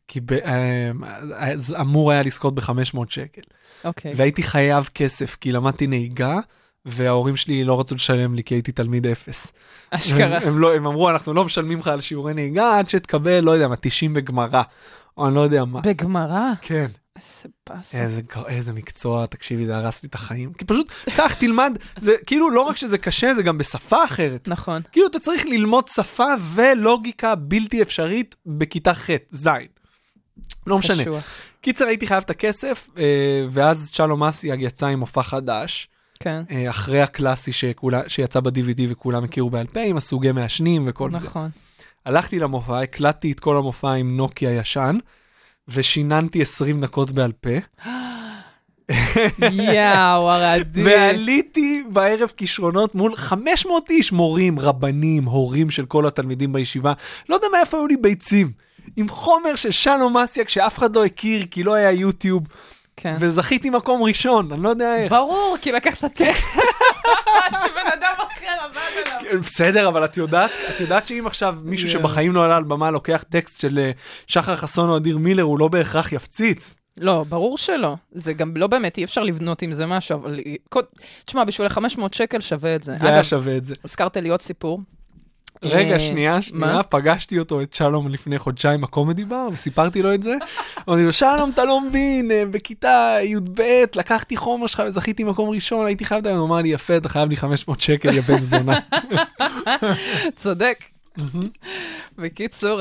אמור היה לזכות ב-500 שקל. אוקיי. והייתי חייב כסף, כי למדתי נהיגה, וההורים שלי לא רצו לשלם לי, כי הייתי תלמיד 0. אשכרה. הם אמרו, אנחנו לא משלמים לך על שיעורי נהיגה, עד שתקבל, לא יודע מה, 90 בגמרא, או אני לא יודע מה. בגמרא? כן. איזה פס. איזה מקצוע, תקשיבי, זה הרס לי את החיים. כי פשוט, כך תלמד, זה כאילו לא רק שזה קשה, זה גם בשפה אחרת. נכון. כאילו אתה צריך ללמוד שפה ולוגיקה בלתי אפשרית בכיתה ח', ז'. לא משנה. קיצר, הייתי חייב את הכסף, ואז שלום אסייג יצא עם מופע חדש. כן. אחרי הקלאסי שיצא ב-DVD וכולם הכירו בעל פה, עם הסוגי מעשנים וכל זה. נכון. הלכתי למופע, הקלטתי את כל המופע עם נוקיה ישן, ושיננתי 20 דקות בעל פה. יאו, הרעדי. ועליתי בערב כישרונות מול 500 איש, מורים, רבנים, הורים של כל התלמידים בישיבה. לא יודע מאיפה היו לי ביצים. עם חומר של שלום אסיאק שאף אחד לא הכיר, כי לא היה יוטיוב. כן. וזכיתי מקום ראשון, אני לא יודע איך. ברור, כי לקחת טקסט שבן אדם אחר עבד עליו. בסדר, אבל את יודעת שאם עכשיו מישהו שבחיים לא עלה על במה לוקח טקסט של שחר חסון או אדיר מילר, הוא לא בהכרח יפציץ. לא, ברור שלא. זה גם לא באמת, אי אפשר לבנות עם זה משהו, אבל... תשמע, בשביל 500 שקל שווה את זה. זה היה שווה את זה. הזכרת לי עוד סיפור. רגע, שנייה, פגשתי אותו, את שלום לפני חודשיים הקומדי בר, וסיפרתי לו את זה. אמרתי לו, שלום, אתה לא מבין, בכיתה י"ב, לקחתי חומר שלך וזכיתי מקום ראשון, הייתי חייב להם, הוא אמר לי, יפה, אתה חייב לי 500 שקל, יא בן זונה. צודק. בקיצור,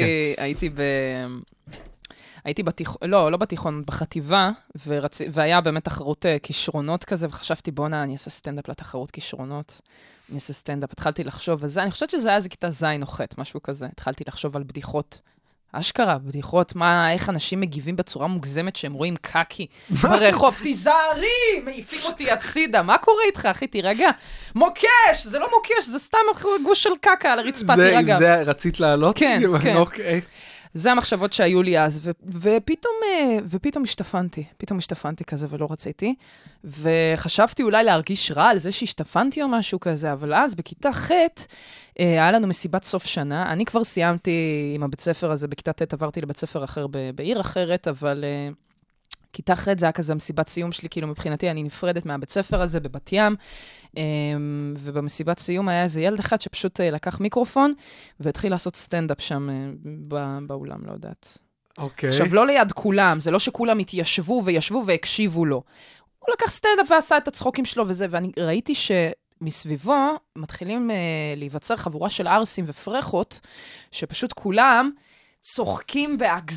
הייתי בתיכון, לא בתיכון, בחטיבה, והיה באמת תחרות כישרונות כזה, וחשבתי, בונה, אני אעשה סטנדאפ לתחרות כישרונות. אני אעשה סטנדאפ, התחלתי לחשוב, וזה, אני חושבת שזה היה איזה כיתה זין או חטא, משהו כזה. התחלתי לחשוב על בדיחות. אשכרה, בדיחות, איך אנשים מגיבים בצורה מוגזמת שהם רואים קקי ברחוב, תיזהרי, מעיפים אותי הצידה, מה קורה איתך, אחי, תירגע. מוקש, זה לא מוקש, זה סתם גוש של קקה על הרצפה, תירגע. זה רצית לעלות? כן, כן. אוקיי. זה המחשבות שהיו לי אז, ופתאום השתפנתי כזה ולא רציתי, וחשבתי אולי להרגיש רע על זה שהשתפנתי או משהו כזה, אבל אז בכיתה ח' היה לנו מסיבת סוף שנה, אני כבר סיימתי עם הבית ספר הזה, בכיתה ט' עברתי לבית ספר אחר בעיר אחרת, אבל כיתה ח' זה היה כזה מסיבת סיום שלי, כאילו מבחינתי אני נפרדת מהבית ספר הזה בבת ים, ובמסיבת סיום היה איזה ילד אחד שפשוט לקח מיקרופון, והתחיל לעשות סטנדאפ שם באולם, לא יודעת. אוקיי. עכשיו, לא ליד כולם, זה לא שכולם התיישבו וישבו והקשיבו לו. הוא לקח סטנדאפ ועשה את הצחוקים שלו וזה, ואני ראיתי שמסביבו מתחילים להיווצר חבורה של ארסים ופרחות, שפשוט כולם צוחקים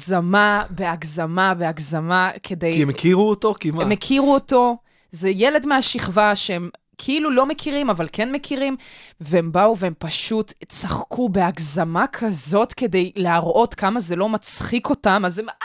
בהגזמה, כדי... כי הם הכירו אותו? כי מה? הם הכירו אותו, זה ילד מהשכבה שהם כאילו לא מכירים, אבל כן מכירים, והם באו והם פשוט צחקו בהגזמה כזאת, כדי להראות כמה זה לא מצחיק אותם, אז הם...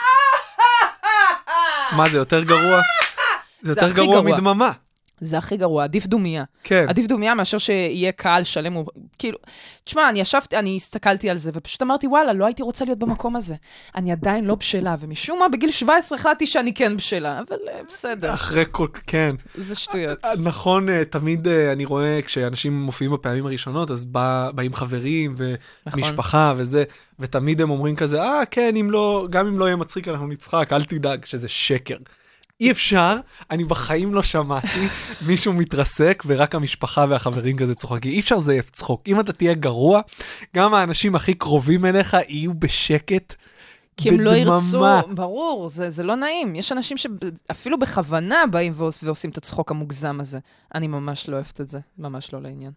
מה, זה יותר גרוע? זה יותר גרוע מדממה. זה הכי גרוע, עדיף דומיה. כן. עדיף דומיה מאשר שיהיה קהל שלם, כאילו, תשמע, אני הסתכלתי על זה, ופשוט אמרתי, וואלה, לא הייתי רוצה להיות במקום הזה. אני עדיין לא בשלה, ומשום מה, בגיל 17 החלטתי שאני כן בשלה, אבל בסדר. אחרי כל, כן. זה שטויות. נכון, תמיד אני רואה, כשאנשים מופיעים בפעמים הראשונות, אז באים חברים ומשפחה וזה, ותמיד הם אומרים כזה, כן, גם אם לא יהיה מצחיק, אנחנו נצחק, אל תדאג, שזה שקר. אי אפשר, אני בחיים לא שמעתי מישהו מתרסק, ורק המשפחה והחברים כזה צוחקים. אי אפשר זה צחוק. אם אתה תהיה גרוע, גם האנשים הכי קרובים אליך יהיו בשקט, כי הם לא ירצו, ברור, זה לא נעים. יש אנשים שאפילו בכוונה באים ועושים את הצחוק המוגזם הזה. אני ממש לא אוהבת את זה, ממש לא לעניין.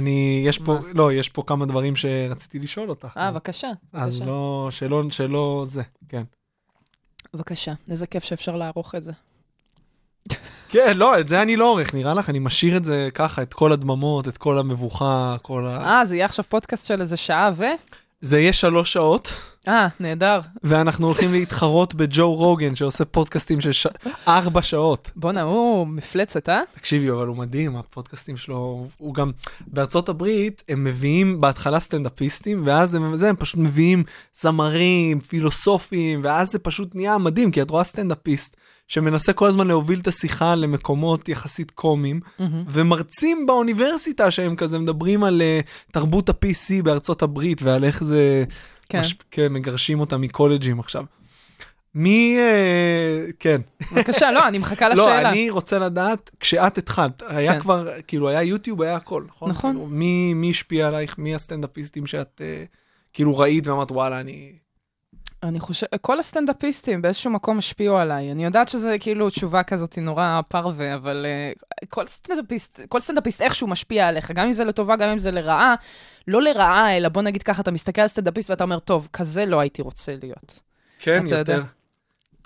יש פה כמה דברים שרציתי לשאול אותך. בבקשה. אז לא, שלא זה, כן. בבקשה, איזה כיף שאפשר לערוך את זה. כן, לא, את זה אני לא עורך, נראה לך, אני משאיר את זה ככה, את כל הדממות, את כל המבוכה, זה יהיה עכשיו פודקאסט של איזה שעה זה יהיה 3 שעות. נהדר. ואנחנו הולכים להתחרות בג'ו רוגן, שעושה פודקאסטים של 4 שעות. בונה, הוא מפלצת, תקשיבי, אבל הוא מדהים, הפודקאסטים שלו, הוא גם, בארצות הברית, הם מביאים בהתחלה סטנדאפיסטים, ואז הם פשוט מביאים זמרים, פילוסופים, ואז זה פשוט נהיה מדהים, כי את רואה סטנדאפיסט, שמנסה כל הזמן להוביל את השיחה למקומות יחסית קומיים, ומרצים באוניברסיטה שהם כזה מדברים על תרבות ה-PC בארצות הברית, ועל איך זה... כן, מגרשים אותם מקולג'ים עכשיו. כן. בבקשה, לא, אני מחכה לשאלה. לא, אני רוצה לדעת, כשאת התחלת, היה כבר, כאילו, היה יוטיוב, היה הכל, נכון? נכון. מי השפיע עלייך, מי הסטנדאפיסטים שאת, כאילו, ראית ואמרת, וואלה, אני חושב, כל הסטנדאפיסטים באיזשהו מקום השפיעו עליי. אני יודעת שזה כאילו תשובה כזאת נורא פרווה, אבל כל סטנדאפיסט איכשהו משפיע עליך, גם אם זה לטובה, גם אם זה לרעה. לא לרעה, אלא בוא נגיד ככה, אתה מסתכל על סטנדאפיסט ואתה אומר, טוב, כזה לא הייתי רוצה להיות. כן, יותר.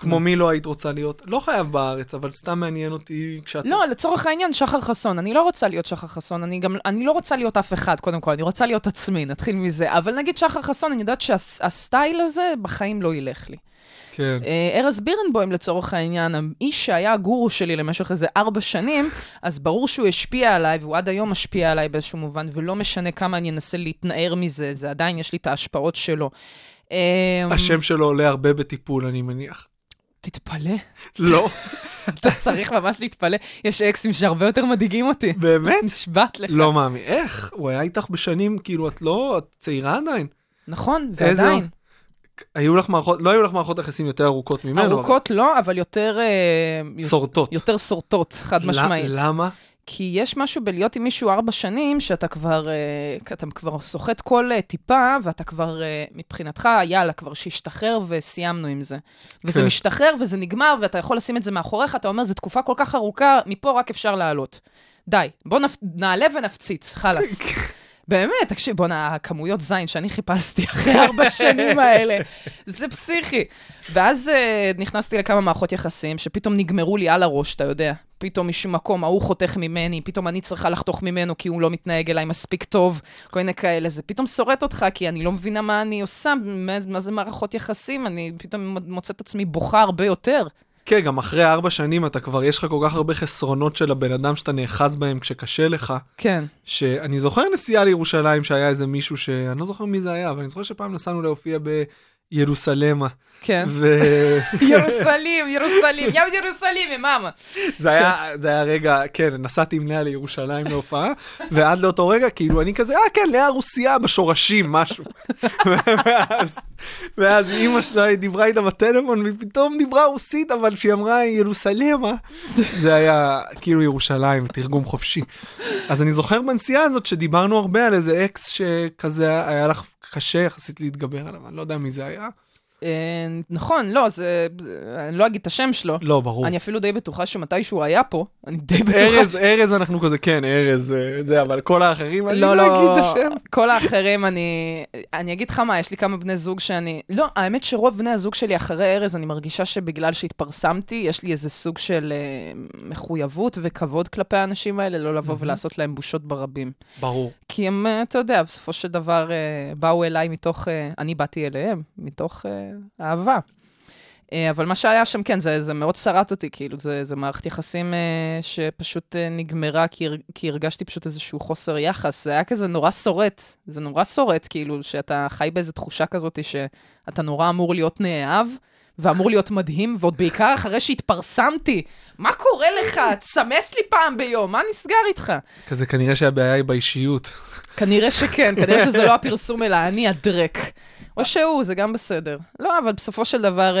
כמו מי לא היית רוצה להיות? לא חייב בארץ, אבל סתם מעניין אותי כשאת... לא, לצורך העניין, שחר חסון. אני לא רוצה להיות שחר חסון, אני לא רוצה להיות אף אחד, קודם כל, אני רוצה להיות עצמי, נתחיל מזה. אבל נגיד שחר חסון, אני יודעת שהסטייל הזה בחיים לא ילך לי. כן. ארז בירנבוים לצורך העניין, האיש שהיה הגורו שלי למשך איזה 4 שנים, אז ברור שהוא השפיע עליי, והוא עד היום משפיע עליי באיזשהו מובן, ולא משנה כמה אני אנסה להתנער מזה, זה עדיין יש לי את ההשפעות שלו. השם שלו עולה הרבה בטיפול, אני מניח. תתפלא. לא. אתה צריך ממש להתפלא. יש אקסים שהרבה יותר מדאיגים אותי. באמת? נשבעת לך. לא מאמין. איך? הוא היה איתך בשנים, כאילו, את לא, את צעירה עדיין. נכון, ועדיין. היו לך מערכות, לא היו לך מערכות יחסים יותר ארוכות ממנו. ארוכות לא, אבל יותר... סורטות. יותר סורטות, חד משמעית. למה? כי יש משהו בלהיות עם מישהו 4 שנים, שאתה כבר, סוחט כל טיפה, ואתה כבר, מבחינתך, יאללה, כבר שישתחרר וסיימנו עם זה. וזה משתחרר וזה נגמר, ואתה יכול לשים את זה מאחוריך, אתה אומר, זו תקופה כל כך ארוכה, מפה רק אפשר לעלות. די, בוא נעלה ונפציץ, חלס. באמת, תקשיב, בוא הכמויות זין שאני חיפשתי אחרי 4 שנים האלה, זה פסיכי. ואז נכנסתי לכמה מערכות יחסים, שפתאום נגמרו לי על הראש, אתה יודע. פתאום משום מקום, ההוא חותך ממני, פתאום אני צריכה לחתוך ממנו, כי הוא לא מתנהג אליי מספיק טוב, כל מיני כאלה. זה פתאום שורט אותך, כי אני לא מבינה מה אני עושה, מה זה מערכות יחסים, אני פתאום מוצאת עצמי בוכה הרבה יותר. כן, גם אחרי 4 שנים אתה כבר, יש לך כל כך הרבה חסרונות של הבן אדם שאתה נאחז בהם כשקשה לך. כן. שאני זוכר נסיעה לירושלים שהיה איזה מישהו שאני לא זוכר מי זה היה, אבל אני זוכר שפעם נסענו להופיע בירוסלמה. כן. ירוסלים, ים ירוסלים, מאמה. זה היה רגע, כן, נסעתי עם לאה לירושלים להופעה, ועד לאותו רגע, כאילו, אני כזה, כן, לאה רוסיה בשורשים, משהו. ואז אמא שלה דיברה איתה בטלפון, ופתאום דיברה רוסית, אבל כשהיא אמרה ירוסלמה, זה היה כאילו ירושלים, תרגום חופשי. אז אני זוכר בנסיעה הזאת שדיברנו הרבה על איזה אקס שכזה היה לך קשה יחסית להתגבר עליו, אני לא יודע מי זה היה. נכון, לא, אני לא אגיד את השם שלו. לא, ברור. אני אפילו די בטוחה שמתי שהוא היה פה, אני די בטוחה. ארז אנחנו כזה, כן, ארז, זה, אבל כל האחרים, אני לא לא אגיד את השם. כל האחרים, אני אגיד לך מה, יש לי כמה בני זוג שאני, לא, האמת שרוב בני הזוג שלי אחרי ארז, אני מרגישה שבגלל שהתפרסמתי, יש לי איזה סוג של מחויבות וכבוד כלפי האנשים האלה, לא לבוא ולעשות להם בושות ברבים. ברור. כי הם, אתה יודע, בסופו של דבר, באו אליי מתוך, אני באתי אליהם, מתוך אהבה. אבל מה שהיה שם, כן, זה מאוד שרט אותי, כאילו, זה מערכת יחסים שפשוט נגמרה, כי הרגשתי פשוט איזשהו חוסר יחס. זה היה כזה נורא שורט, זה נורא שורט, כאילו, שאתה חי באיזו תחושה כזאת, שאתה נורא אמור להיות נאהב, ואמור להיות מדהים, ועוד בעיקר אחרי שהתפרסמתי, מה קורה לך? תסמס לי פעם ביום, מה נסגר איתך? כזה כנראה שהבעיה היא באישיות. כנראה שכן, כנראה שזה לא הפרסום, אלא אני הדרק. או שהוא, זה גם בסדר. לא, אבל בסופו של דבר,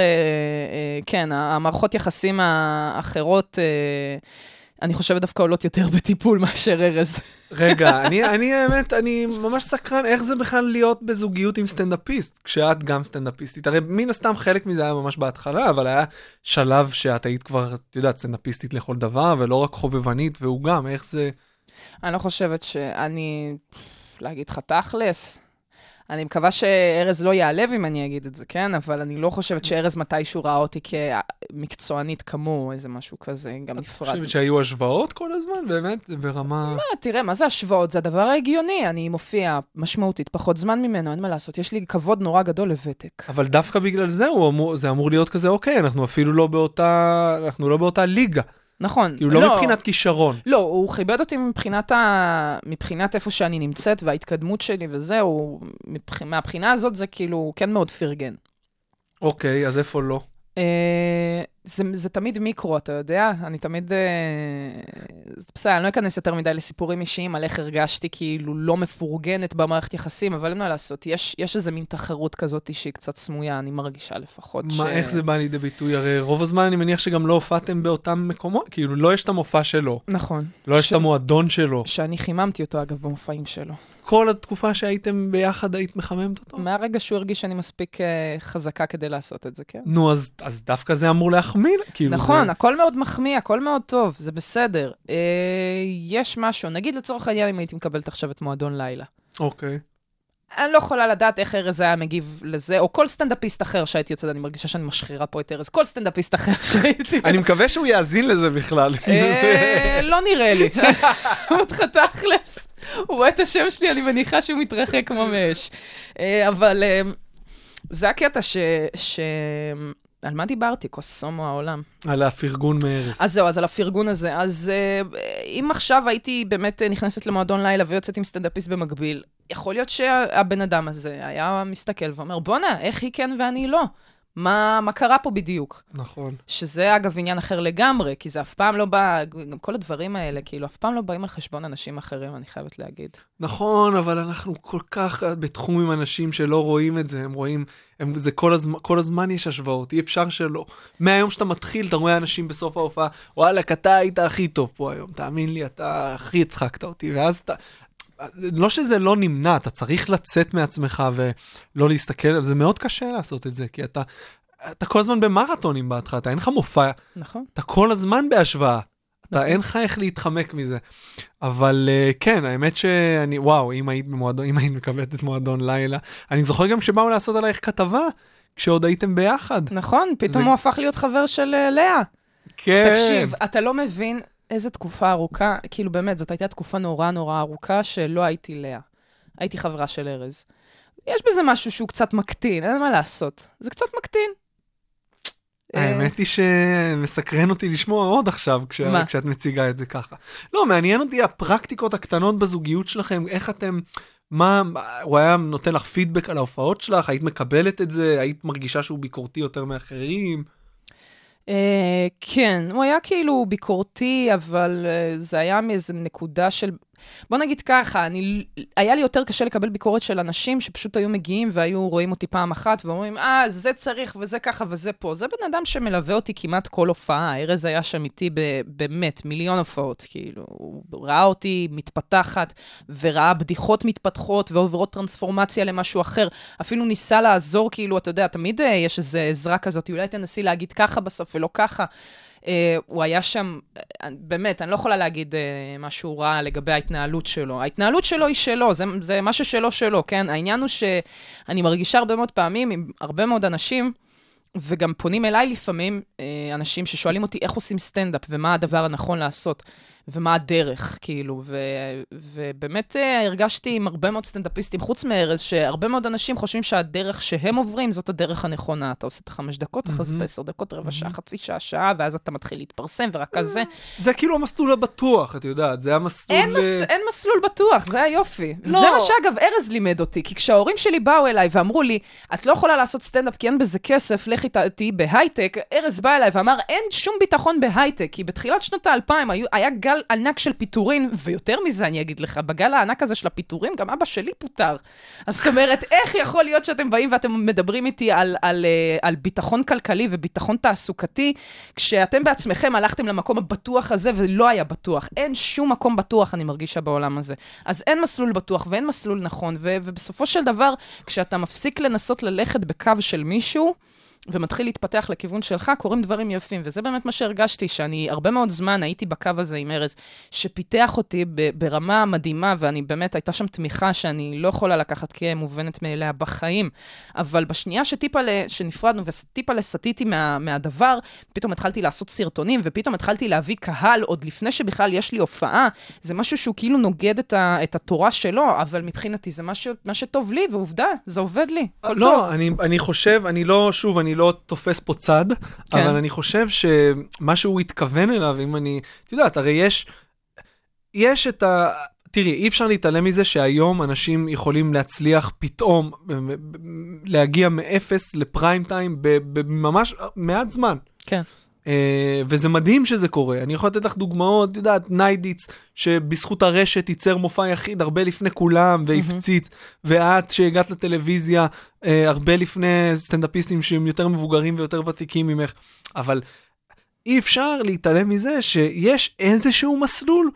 כן, המערכות יחסים האחרות, אני חושבת דווקא עולות יותר בטיפול מאשר ארז. רגע, האמת, אני ממש סקרן, איך זה בכלל להיות בזוגיות עם סטנדאפיסט, כשאת גם סטנדאפיסטית? הרי מן הסתם חלק מזה היה ממש בהתחלה, אבל היה שלב שאת היית כבר, את יודעת, סטנדאפיסטית לכל דבר, ולא רק חובבנית, והוא גם, איך זה... אני לא חושבת שאני, להגיד לך תכלס, אני מקווה שארז לא יעלב אם אני אגיד את זה, כן? אבל אני לא חושבת שארז מתישהו ראה אותי כמקצוענית כמוהו, איזה משהו כזה, גם נפרד. אני חושבת שהיו השוואות כל הזמן, באמת, זה ברמה... מה, תראה, מה זה השוואות? זה הדבר ההגיוני. אני מופיע משמעותית, פחות זמן ממנו, אין מה לעשות. יש לי כבוד נורא גדול לוותק. אבל דווקא בגלל זה, זה אמור להיות כזה, אוקיי, אנחנו אפילו לא באותה ליגה. נכון. כאילו לא מבחינת כישרון. לא, הוא כיבד אותי מבחינת איפה שאני נמצאת, וההתקדמות שלי וזהו, מהבחינה הזאת זה כאילו כן מאוד פרגן. אוקיי, אז איפה לא? זה תמיד מיקרו, אתה יודע? אני תמיד... בסדר, אני לא אכנס יותר מדי לסיפורים אישיים, על איך הרגשתי כאילו לא מפורגנת במערכת יחסים, אבל אין מה לעשות. יש איזה מין תחרות כזאת שהיא קצת סמויה, אני מרגישה לפחות מה, איך זה בא לידי ביטוי? הרי רוב הזמן אני מניח שגם לא הופעתם באותם מקומות, כאילו לא יש את המופע שלו. נכון. לא יש את המועדון שלו. שאני חיממתי אותו, אגב, במופעים שלו. כל התקופה שהייתם ביחד היית מחממת אותו? מהרגע שהוא הרגיש שאני מספיק חזקה כדי לעשות את זה, כן? נו, אז דווקא זה אמור להחמיא. נכון, הכל מאוד מחמיא, הכל מאוד טוב, זה בסדר. יש משהו, נגיד לצורך העניין אם הייתי מקבלת עכשיו את מועדון לילה. אוקיי. אני לא יכולה לדעת איך ארז היה מגיב לזה, או כל סטנדאפיסט אחר שהייתי יוצאת, אני מרגישה שאני משחירה פה את ארז, כל סטנדאפיסט אחר שהייתי... אני מקווה שהוא יאזין לזה בכלל. לא נראה לי. עוד חתכלס. הוא רואה את השם שלי, אני מניחה שהוא מתרחק כמו מאש. אבל זה הקטע על מה דיברתי? קוסומו העולם. על הפרגון מארז. אז זהו, אז על הפרגון הזה. אז אם עכשיו הייתי באמת נכנסת למועדון לילה ויוצאת עם סטנדאפיסט במקביל, יכול להיות שהבן אדם הזה היה מסתכל ואומר, בונה, איך היא כן ואני לא? מה קרה פה בדיוק? נכון. שזה אגב עניין אחר לגמרי, כי זה אף פעם לא בא, גם כל הדברים האלה, כאילו, אף פעם לא באים על חשבון אנשים אחרים, אני חייבת להגיד. נכון, אבל אנחנו כל כך בתחום עם אנשים שלא רואים את זה, הם רואים, זה כל הזמן יש השוואות, אי אפשר שלא. מהיום שאתה מתחיל, אתה רואה אנשים בסוף ההופעה, וואלה, אתה היית הכי טוב פה היום, תאמין לי, אתה הכי הצחקת אותי, ואז אתה... לא שזה לא נמנע, אתה צריך לצאת מעצמך ולא להסתכל, זה מאוד קשה לעשות את זה, כי אתה כל הזמן במרתונים בהתחלה, אתה אין לך מופע, נכון. אתה כל הזמן בהשוואה, אתה אין לך איך להתחמק מזה. אבל כן, האמת שאני, וואו, אם היית מקבלת את מועדון לילה, אני זוכר גם כשבאו לעשות עלייך כתבה, כשעוד הייתם ביחד. נכון, פתאום הוא הפך להיות חבר של לאה. כן. תקשיב, אתה לא מבין איזה תקופה ארוכה, כאילו באמת, זאת הייתה תקופה נורא נורא ארוכה שלא הייתי לאה. הייתי חברה של ארז. יש בזה משהו שהוא קצת מקטין, אין מה לעשות. זה קצת מקטין. האמת היא שמסקרן אותי לשמוע עוד עכשיו, כשאת מציגה את זה ככה. לא, מעניין אותי הפרקטיקות הקטנות בזוגיות שלכם, איך אתם, הוא היה נותן לך פידבק על ההופעות שלך, היית מקבלת את זה, היית מרגישה שהוא ביקורתי יותר מאחרים? כן, הוא היה כאילו ביקורתי, אבל זה היה מאיזו נקודה של... בוא נגיד ככה, היה לי יותר קשה לקבל ביקורת של אנשים שפשוט היו מגיעים והיו רואים אותי פעם אחת ואומרים, זה צריך וזה ככה וזה פה. זה בן אדם שמלווה אותי כמעט כל הופעה. ארז היה שם איתי באמת מיליון הופעות. כאילו, הוא ראה אותי מתפתחת וראה בדיחות מתפתחות ועוברות טרנספורמציה למשהו אחר. אפילו ניסה לעזור, כאילו, אתה יודע, תמיד יש איזו עזרה כזאת, אולי תנסי להגיד ככה בסוף ולא ככה. הוא היה שם, באמת, אני לא יכולה להגיד משהו רע לגבי ההתנהלות שלו. ההתנהלות שלו היא שלו, זה משהו שלו, כן? העניין הוא שאני מרגישה הרבה מאוד פעמים עם הרבה מאוד אנשים, וגם פונים אליי לפעמים אנשים ששואלים אותי איך עושים סטנדאפ, ומה הדבר הנכון לעשות, ומה הדרך, כאילו, ובאמת הרגשתי עם הרבה מאוד סטנדאפיסטים, חוץ מארז, שהרבה מאוד אנשים חושבים שהדרך שהם עוברים, זאת הדרך הנכונה. אתה עושה את 5 דקות, אחרי זה את 10 דקות, רבע שעה, חצי שעה, שעה, ואז אתה מתחיל להתפרסם, ורק כזה. זה כאילו המסלול הבטוח, את יודעת, זה המסלול... אין מסלול בטוח, זה היופי. זה מה שאגב, ארז לימד אותי, כי כשההורים שלי באו אליי ואמרו לי, את לא יכולה לעשות סטנדאפ כי אין בזה כסף, לכי תהיי בהייטק, ארז בא אליי ואמר, אין שום ביטחון בהייטק, כי בתחילת שנות ה-2000 היה גל ענק של פיטורין, ויותר מזה אני אגיד לך, בגל הענק הזה של הפיטורים, גם אבא שלי פוטר. אז זאת אומרת, איך יכול להיות שאתם באים ואתם מדברים איתי על ביטחון כלכלי וביטחון תעסוקתי, כשאתם בעצמכם הלכתם למקום הבטוח הזה, ולא היה בטוח. אין שום מקום בטוח, אני מרגישה בעולם הזה. אז אין מסלול בטוח ואין מסלול נכון, ובסופו של דבר, כשאתה מפסיק לנסות ללכת בקו של מישהו, ומתחיל להתפתח לכיוון שלך, קוראים דברים יפים, וזה באמת מה שהרגשתי, שאני הרבה מאוד זמן הייתי בקו הזה עם ארז, שפיתח אותי ברמה מדהימה, ואני באמת, הייתה שם תמיכה שאני לא יכולה לקחת כמובנת מאליה בחיים, אבל בשנייה שנפרדנו, וטיפה לסטיתי מהדבר, פתאום התחלתי לעשות סרטונים, ופתאום התחלתי להביא קהל, עוד לפני שבכלל יש לי הופעה, זה משהו שהוא כאילו נוגד את התורה שלו, אבל מבחינתי זה מה שטוב לי, ועובדה, זה עובד לי, כל לא, טוב. אני חושב, אני לא תופס פה צד, כן. אבל אני חושב שמה שהוא התכוון אליו, אם אני, אתה יודעת, הרי יש את תראי, אי אפשר להתעלם מזה שהיום אנשים יכולים להצליח פתאום, להגיע מאפס לפריים טיים, בממש מעט זמן. כן. וזה מדהים שזה קורה. אני יכול לתת לך דוגמאות, את יודעת, ניידיץ, שבזכות הרשת ייצר מופע יחיד הרבה לפני כולם, והפציץ, ואת שהגעת לטלוויזיה, הרבה לפני סטנדאפיסטים שהם יותר מבוגרים ויותר ותיקים ממך, אבל אי אפשר להתעלם מזה שיש איזשהו מסלול,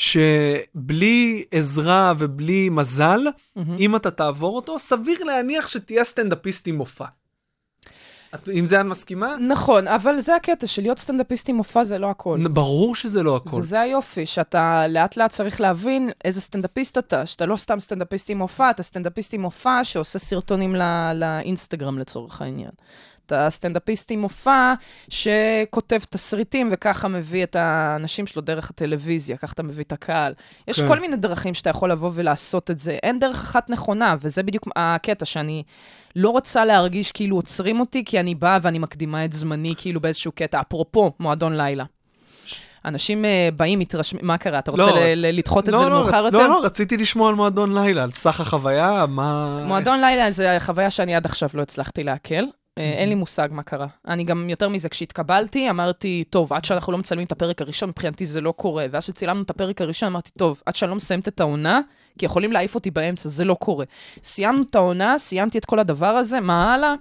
שבלי עזרה ובלי מזל, אם אתה תעבור אותו, סביר להניח שתהיה סטנדאפיסט עם מופע. עם זה את מסכימה? נכון, אבל זה הקטע של להיות סטנדאפיסט עם מופע זה לא הכל. ברור שזה לא הכל. וזה היופי, שאתה לאט לאט צריך להבין איזה סטנדאפיסט אתה, שאתה לא סתם סטנדאפיסט עם מופע, אתה סטנדאפיסט עם מופע שעושה סרטונים לאינסטגרם לצורך העניין. אתה סטנדאפיסט עם מופע שכותב תסריטים וככה מביא את האנשים שלו דרך הטלוויזיה, ככה אתה מביא את הקהל. יש כל מיני דרכים שאתה יכול לבוא ולעשות את זה. אין דרך אחת נכונה, וזה בדיוק הקטע שאני לא רוצה להרגיש כאילו עוצרים אותי, כי אני באה ואני מקדימה את זמני כאילו באיזשהו קטע. אפרופו, מועדון לילה. אנשים באים, מתרשמים, מה קרה? אתה רוצה לדחות את זה למאוחר יותר? לא, רציתי לשמוע על מועדון לילה, על סך החוויה, מה... מועדון לילה זה חוויה שאני עד עכשיו לא הצלחתי להקל. אין לי מושג מה קרה. אני גם יותר מזה, כשהתקבלתי, אמרתי, טוב, עד שאנחנו לא מצלמים את הפרק הראשון, מבחינתי זה לא קורה. ואז שצילמנו את הפרק הראשון, אמרתי, טוב, עד שאני לא מסיימת את העונה, כי יכולים להעיף אותי באמצע, זה לא קורה. סיימנו את העונה, סיימתי את כל הדבר הזה, מה הלאה?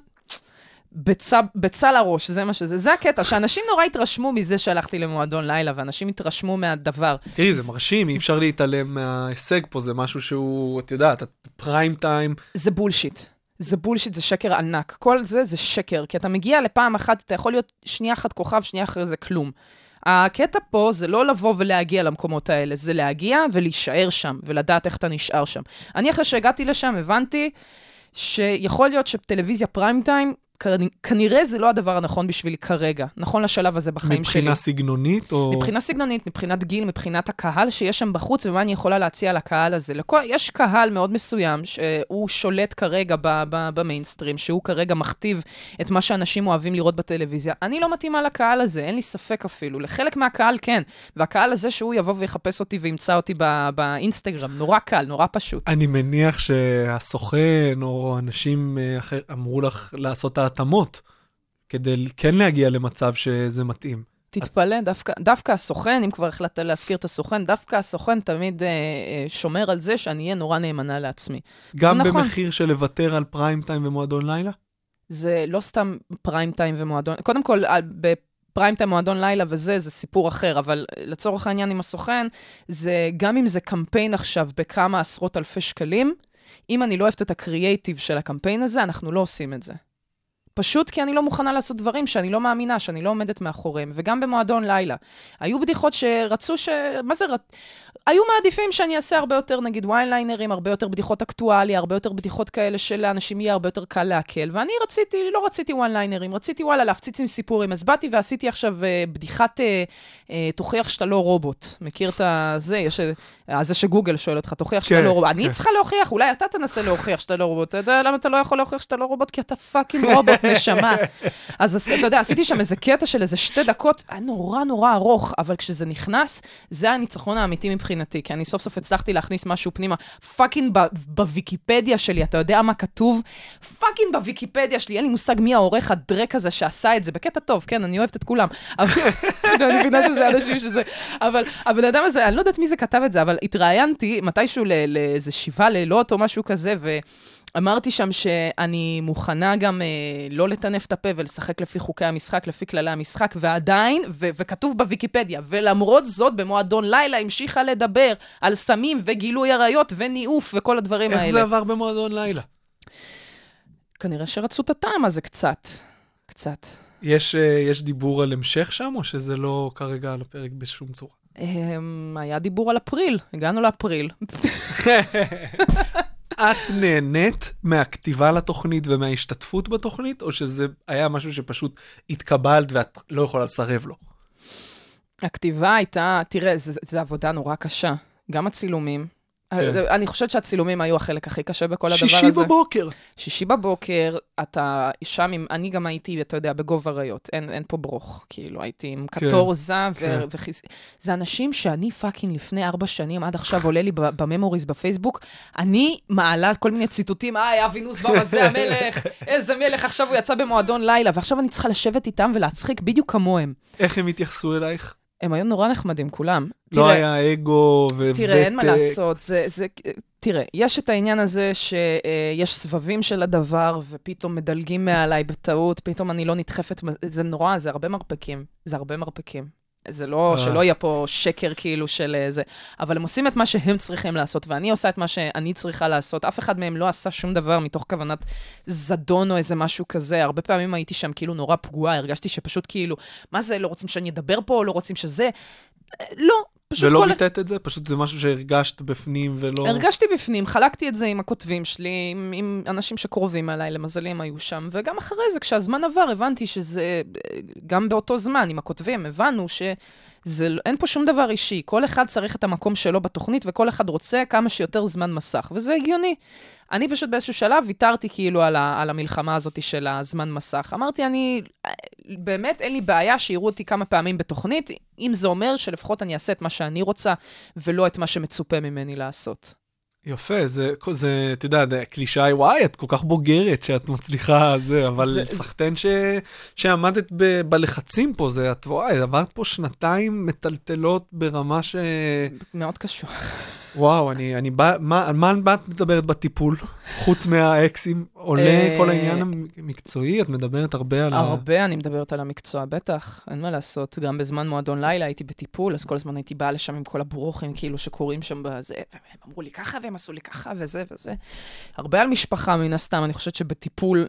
בצל הראש, זה מה שזה. זה הקטע, שאנשים נורא התרשמו מזה שהלכתי למועדון לילה, ואנשים התרשמו מהדבר. תראי, זה מרשים, אי אפשר להתעלם מההישג פה, זה משהו שהוא, את יודעת, פריים טיים. זה בולשיט. זה בולשיט, זה שקר ענק. כל זה שקר, כי אתה מגיע לפעם אחת, אתה יכול להיות שנייה אחת כוכב, שנייה אחרי זה כלום. הקטע פה זה לא לבוא ולהגיע למקומות האלה, זה להגיע ולהישאר שם, ולדעת איך אתה נשאר שם. אני אחרי שהגעתי לשם, הבנתי שיכול להיות שטלוויזיה פריים טיים, כנראה זה לא הדבר הנכון בשבילי כרגע, נכון לשלב הזה בחיים שלי. מבחינה סגנונית או... מבחינה סגנונית, מבחינת גיל, מבחינת הקהל שיש שם בחוץ, ומה אני יכולה להציע לקהל הזה. יש קהל מאוד מסוים שהוא שולט כרגע במיינסטרים, שהוא כרגע מכתיב את מה שאנשים אוהבים לראות בטלוויזיה. אני לא מתאימה לקהל הזה, אין לי ספק אפילו. לחלק מהקהל כן, והקהל הזה שהוא יבוא ויחפש אותי וימצא אותי באינסטגרם, נורא קל, נורא פשוט. אני מניח שהסוכן או אנשים אמרו לך לעשות התאמות, כדי כן להגיע למצב שזה מתאים. תתפלא, דווקא הסוכן, אם כבר החלטת להזכיר את הסוכן, דווקא הסוכן תמיד שומר על זה שאני אהיה נורא נאמנה לעצמי. גם במחיר של לוותר על פריים טיים ומועדון לילה? זה לא סתם פריים טיים ומועדון, קודם כל, בפריים טיים ומועדון לילה וזה, זה סיפור אחר, אבל לצורך העניין עם הסוכן, זה גם אם זה קמפיין עכשיו בכמה עשרות אלפי שקלים, אם אני לא אוהבת את הקריאייטיב של הקמפיין הזה, אנחנו לא עושים את זה. פשוט כי אני לא מוכנה לעשות דברים שאני לא מאמינה, שאני לא עומדת מאחוריהם, וגם במועדון לילה. היו בדיחות שרצו מה זה היו מעדיפים שאני אעשה הרבה יותר, נגיד ויינליינרים, הרבה יותר בדיחות אקטואליה, הרבה יותר בדיחות כאלה שלאנשים יהיה הרבה יותר קל להקל, ואני לא רציתי ויינליינרים, רציתי וואלה להפציץ עם סיפורים, אז באתי ועשיתי עכשיו בדיחת תוכיח שאתה לא רובוט. מכיר את זה? זה שגוגל שואל אותך, תוכיח שאתה לא רובוט. אני צריכה להוכיח, אולי אתה תנסה להוכיח שאתה לא רובוט. אתה יודע למה אתה לא יכול להוכיח שאתה לא רובוט? כי אתה פאקינג רובוט, נשמה. אז אתה יודע, עשיתי שם איזה קטע של איזה 2 דקות, היה נורא נורא ארוך, אבל כשזה נכנס, זה הניצחון האמיתי מבחינתי, כי אני סוף סוף הצלחתי להכניס משהו פנימה. פאקינג בוויקיפדיה שלי, אתה יודע מה כתוב? פאקינג בוויקיפדיה שלי, אין לי מושג מי העורך הדרק הזה שעשה את זה, בקטע טוב, כן, אני אוהבת את כולם. אני מבינה שזה אנשים שזה... אבל הבן אדם הזה, אני לא יודעת מי זה כתב את זה, אבל התראיינתי מתישהו לאיזה 7 לילות או משהו כזה, אמרתי שם שאני מוכנה גם לא לטנף את הפה ולשחק לפי חוקי המשחק, לפי כללי המשחק, ועדיין, וכתוב בוויקיפדיה, ולמרות זאת, במועדון לילה המשיכה לדבר על סמים וגילוי עריות וניאוף וכל הדברים האלה. איך זה עבר במועדון לילה? כנראה שרצו את הטעם הזה קצת. יש דיבור על המשך שם, או שזה לא כרגע על הפרק בשום צורה? היה דיבור על אפריל, הגענו לאפריל. את נהנית מהכתיבה לתוכנית ומההשתתפות בתוכנית, או שזה היה משהו שפשוט התקבלת ואת לא יכולה לסרב לו? הכתיבה הייתה, תראה, זה עבודה נורא קשה. גם הצילומים. אני חושבת שהצילומים היו החלק הכי קשה בכל הדבר הזה. 6 בבוקר. 6 בבוקר, אתה שם, אני גם הייתי, אתה יודע, בגובה ריות. אין פה ברוך, כאילו, הייתי עם קטור זב, זה אנשים שאני פאקינג לפני 4 שנים, עד עכשיו עולה לי בממוריז בפייסבוק, אני מעלה כל מיני ציטוטים, אבינוס במה זה המלך, איזה מלך, עכשיו הוא יצא במועדון לילה, ועכשיו אני צריכה לשבת איתם ולהצחיק בדיוק כמוהם. איך הם התייחסו אלייך? הם היו נורא נחמדים, כולם. לא היה אגו וותק. תראה, אין מה לעשות. תראה, יש את העניין הזה שיש סבבים של הדבר, ופתאום מדלגים מעליי בטעות, פתאום אני לא נדחפת, זה נורא, זה הרבה מרפקים. זה לא, שלא יהיה פה שקר כאילו של זה, אבל הם עושים את מה שהם צריכים לעשות, ואני עושה את מה שאני צריכה לעשות. אף אחד מהם לא עשה שום דבר מתוך כוונת זדון או איזה משהו כזה. הרבה פעמים הייתי שם כאילו נורא פגועה, הרגשתי שפשוט כאילו, מה זה, לא רוצים שאני אדבר פה, לא רוצים שזה, לא. ולא ביטאת את זה? פשוט זה משהו שהרגשת בפנים ולא... הרגשתי בפנים, חלקתי את זה עם הכותבים שלי, עם אנשים שקרובים עליי, למזלי הם היו שם, וגם אחרי זה, כשהזמן עבר, הבנתי שזה, גם באותו זמן, עם הכותבים, הבנו שאין פה שום דבר אישי, כל אחד צריך את המקום שלו בתוכנית, וכל אחד רוצה כמה שיותר זמן מסך, וזה הגיוני. אני פשוט באיזשהו שלב ויתרתי כאילו על המלחמה הזאת של הזמן מסך. אמרתי, באמת אין לי בעיה שיראו אותי כמה פעמים בתוכנית, אם זה אומר שלפחות אני אעשה את מה שאני רוצה, ולא את מה שמצופה ממני לעשות. יפה, זה, אתה יודע, הקלישה היא, וואי, את כל כך בוגרת שאת מצליחה זה, אבל סחטן שעמדת בלחצים פה, זה, את וואי, עברת פה שנתיים מטלטלות ברמה מאוד קשור. וואו, מה את מדברת בטיפול? חוץ מהאקסים, עולה כל העניין המקצועי? את מדברת הרבה על הרבה אני מדברת על המקצוע, בטח, אין מה לעשות. גם בזמן מועדון לילה הייתי בטיפול, אז כל הזמן הייתי באה לשם עם כל הברוכים, כאילו שקוראים שם בזה, והם אמרו לי ככה, והם עשו לי ככה, וזה וזה. הרבה על משפחה, מן הסתם, אני חושבת שבטיפול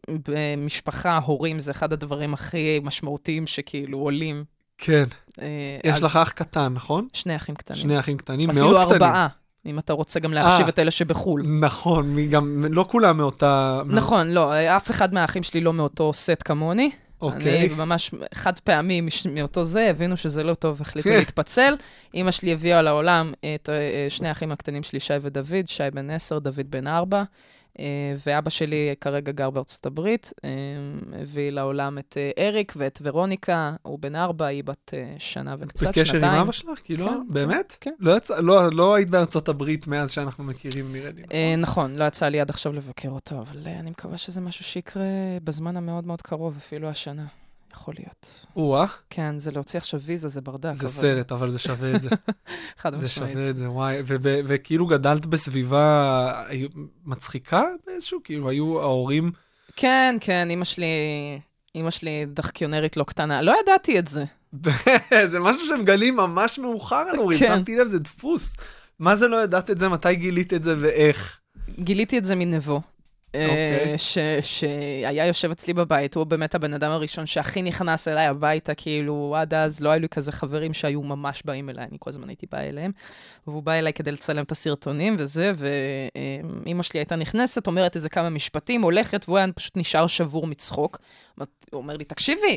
במשפחה, הורים, זה אחד הדברים הכי משמעותיים שכאילו עולים. כן. יש לך אח קטן, נכון? שני אחים קטנים. שני אחים קטנים, מאוד קטנים. אפילו 4, אם אתה רוצה גם להחשיב את אלה שבחול. נכון, גם לא כולם מאותה... נכון, לא, אף אחד מהאחים שלי לא מאותו סט כמוני. אוקיי. אני ממש חד פעמי מאותו זה, הבינו שזה לא טוב, החליטו להתפצל. אמא שלי הביאה לעולם את שני האחים הקטנים שלי, שי ודוד, שי בן 10, דוד בן 4. ואבא שלי כרגע גר בארצות הברית, הביא לעולם את אריק ואת ורוניקה, הוא בן 4, היא בת שנה וקצת, שנתיים. בקשר עם אבא שלך? כאילו, באמת? כן. לא היית בארצות הברית מאז שאנחנו מכירים, נראה לי. נכון, לא יצא לי עד עכשיו לבקר אותו, אבל אני מקווה שזה משהו שיקרה בזמן המאוד מאוד קרוב, אפילו השנה. יכול להיות. כן, זה להוציא עכשיו ויזה, זה ברדק. זה סרט, אבל זה שווה את זה. חד משמעית. זה שווה את זה, וואי. וכאילו גדלת בסביבה מצחיקה באיזשהו? כאילו היו ההורים... כן, כן, אמא שלי דחקיונרית לא קטנה. לא ידעתי את זה. זה משהו שמגלים ממש מאוחר על הורים. שמתי לב, זה דפוס. מה זה לא ידעת את זה? מתי גילית את זה ואיך? גיליתי את זה מנבו. שהיה יושב אצלי בבית, הוא באמת הבן אדם הראשון שהכי נכנס אליי הביתה, כאילו עד אז לא היו לי כזה חברים שהיו ממש באים אליי, אני כל הזמן הייתי באה אליהם, והוא בא אליי כדי לצלם את הסרטונים וזה, ואמא שלי הייתה נכנסת, אומרת איזה כמה משפטים, הולכת, והוא היה פשוט נשאר שבור מצחוק, הוא אומר לי, תקשיבי,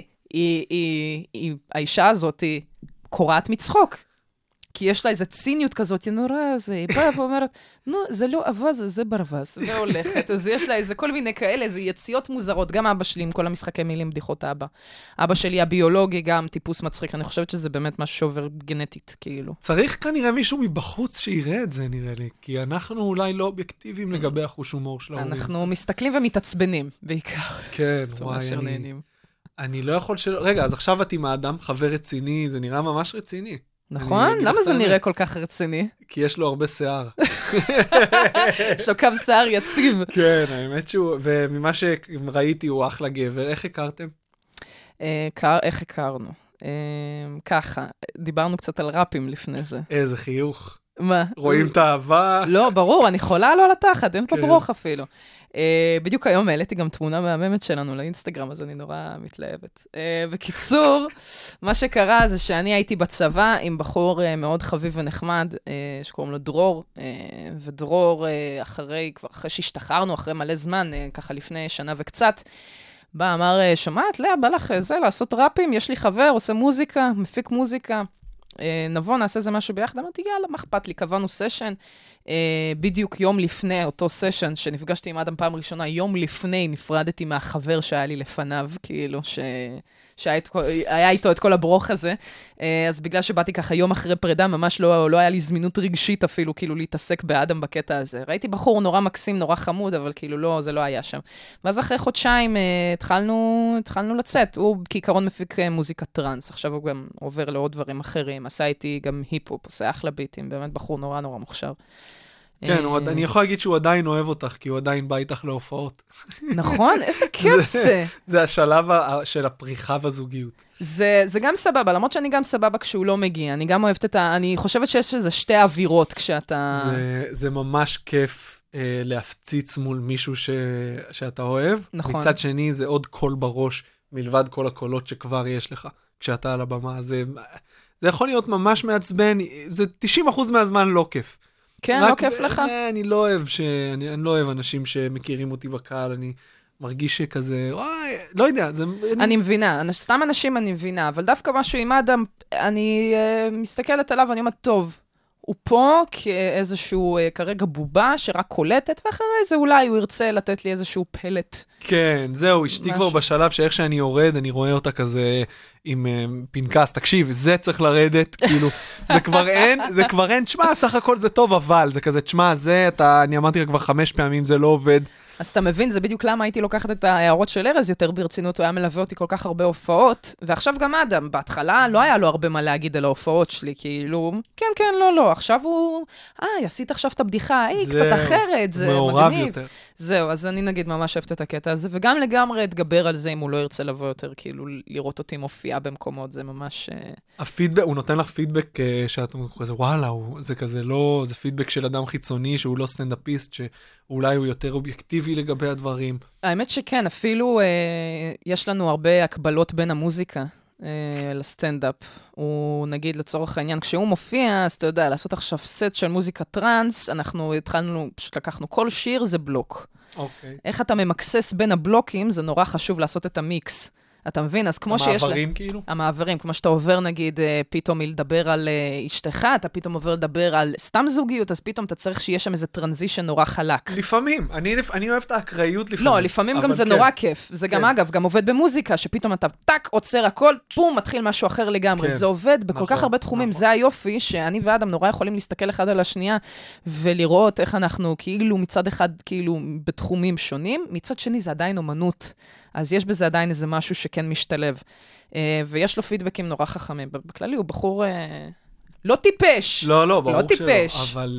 האישה הזאת היא קורעת מצחוק, כי יש לה איזו ציניות כזאת, נורא, זה, היא באה ואומרת, נו, זה לא אבז, זה ברווז, והולכת. אז יש לה איזה כל מיני כאלה, איזה יציאות מוזרות. גם אבא שלי עם כל המשחקי מילים, בדיחות אבא. אבא שלי הביולוגי, גם טיפוס מצחיק. אני חושבת שזה באמת משהו שעובר גנטית, כאילו. צריך כנראה מישהו מבחוץ שיראה את זה, נראה לי. כי אנחנו אולי לא אובייקטיביים לגבי החוש הומור של ההורים. אנחנו מסתכלים ומתעצבנים, בעיקר. כן, וואי, אני לא יכול רגע, אז עכשיו את עם האדם, חבר רציני, זה נראה ממש רציני. נכון? למה זה נראה כל כך רציני? כי יש לו הרבה שיער. יש לו קו שיער יציב. כן, האמת שהוא, וממה שראיתי הוא אחלה גבר. איך הכרתם? איך הכרנו? ככה, דיברנו קצת על ראפים לפני זה. איזה חיוך. מה? רואים את האהבה? לא, ברור, אני חולה לו על התחת, אין פה ברוך אפילו. בדיוק היום העליתי גם תמונה מהממת שלנו לאינסטגרם, אז אני נורא מתלהבת. בקיצור, מה שקרה זה שאני הייתי בצבא עם בחור מאוד חביב ונחמד, שקוראים לו דרור, ודרור אחרי שהשתחררנו, אחרי מלא זמן, ככה לפני שנה וקצת, בא, אמר, שומעת, לאה, בא לך זה, לעשות ראפים, יש לי חבר, עושה מוזיקה, מפיק מוזיקה, נבוא, נעשה איזה משהו ביחד, אמרתי, יאללה, מה אכפת לי, קבענו סשן, בדיוק יום לפני אותו סשן, שנפגשתי עם אדם פעם ראשונה, יום לפני נפרדתי מהחבר שהיה לי לפניו, כאילו, שהיה איתו את כל הברוך הזה, אז בגלל שבאתי ככה יום אחרי פרידה, ממש לא היה לי זמינות רגשית אפילו, כאילו, להתעסק באדם בקטע הזה. ראיתי בחור נורא מקסים, נורא חמוד, אבל כאילו לא, זה לא היה שם. ואז אחרי חודשיים התחלנו לצאת. הוא כעיקרון מפיק מוזיקה טרנס, עכשיו הוא גם עובר לעוד דברים אחרים, עשה איתי גם היפ-הופ, עושה אחלה ביטים, באמת בחור נורא נורא מוכשר. כן, אני יכול להגיד שהוא עדיין אוהב אותך, כי הוא עדיין בא איתך להופעות. נכון? איזה כיף זה. זה השלב של הפריחה בזוגיות. זה גם סבבה, למרות שאני גם סבבה כשהוא לא מגיע. אני גם אוהבת אני חושבת שיש איזה שתי אווירות כשאתה... זה ממש כיף להפציץ מול מישהו שאתה אוהב. נכון. מצד שני, זה עוד קול בראש, מלבד כל הקולות שכבר יש לך כשאתה על הבמה. זה יכול להיות ממש מעצבן, זה 90% מהזמן לא כיף. כן, לא כיף לך? אני לא אוהב אנשים שמכירים אותי בקהל, אני מרגיש שכזה, וואי, לא יודע. אני מבינה, סתם אנשים אני מבינה, אבל דווקא משהו עם אדם, אני מסתכלת עליו ואני אומרת, טוב, הוא פה כאיזשהו כרגע בובה שרק קולטת, ואחרי זה אולי הוא ירצה לתת לי איזשהו פלט. כן, זהו, אשתי כבר בשלב שאיך שאני יורד, אני רואה אותה כזה עם פנקס, תקשיב, זה צריך לרדת, כאילו, זה כבר אין, תשמע, סך הכל זה טוב, אבל זה כזה, תשמע, אני אמרתי לך כבר 5 פעמים, זה לא עובד. אז אתה מבין, זה בדיוק למה הייתי לוקחת את ההערות של ארז יותר ברצינות, הוא היה מלווה אותי כל כך הרבה הופעות, ועכשיו גם אדם, בהתחלה לא היה לו הרבה מה להגיד על ההופעות שלי, כאילו, כן, כן, לא, עכשיו הוא, עשית עכשיו את הבדיחה, קצת אחרת, זה מעורב מגניב. יותר. זהו, אז אני נגיד ממש אוהבת את הקטע הזה, וגם לגמרי אתגבר על זה אם הוא לא ירצה לבוא יותר, כאילו, לראות אותי מופיעה במקומות, זה ממש... הפידבק, הוא נותן לך פידבק שאת כזה, וואלה, זה כזה לא, זה פידבק של אדם חיצוני, שהוא לא סטנדאפיסט, שאולי הוא יותר אובייקטיבי לגבי הדברים. האמת שכן, אפילו יש לנו הרבה הקבלות בין המוזיקה לסטנדאפ. הוא, נגיד, לצורך העניין, כשהוא מופיע, אז אתה יודע, לעשות עכשיו סט של מוזיקה טרנס, אנחנו התחלנו, פשוט לקחנו כל שיר, זה בלוק. אוקיי. איך אתה ממקסס בין הבלוקים, זה נורא חשוב לעשות את המיקס. אתה מבין? אז כמו שיש... המעברים כאילו? המעברים, כמו שאתה עובר, נגיד, פתאום לדבר על אשתך, אתה פתאום עובר לדבר על סתם זוגיות, אז פתאום אתה צריך שיהיה שם איזה טרנזישן נורא חלק. לפעמים, אני אוהב את האקראיות לפעמים. לא, לפעמים גם זה נורא כיף. זה גם, אגב, גם עובד במוזיקה, שפתאום אתה טק, עוצר הכל, פום, מתחיל משהו אחר לגמרי. זה עובד בכל כך הרבה תחומים. זה היופי שאני ואדם נורא יכולים להסתכל אחד על השנייה, ולראות איך אנחנו כאילו מצד אחד כאילו בתחומים שונים, מצד שני זה עדיין אומנות. אז יש בזה עדיין איזה משהו שכן משתלב. ויש לו פידבקים נורא חכמים. בכללי הוא בחור לא טיפש. לא, ברור שלא. אבל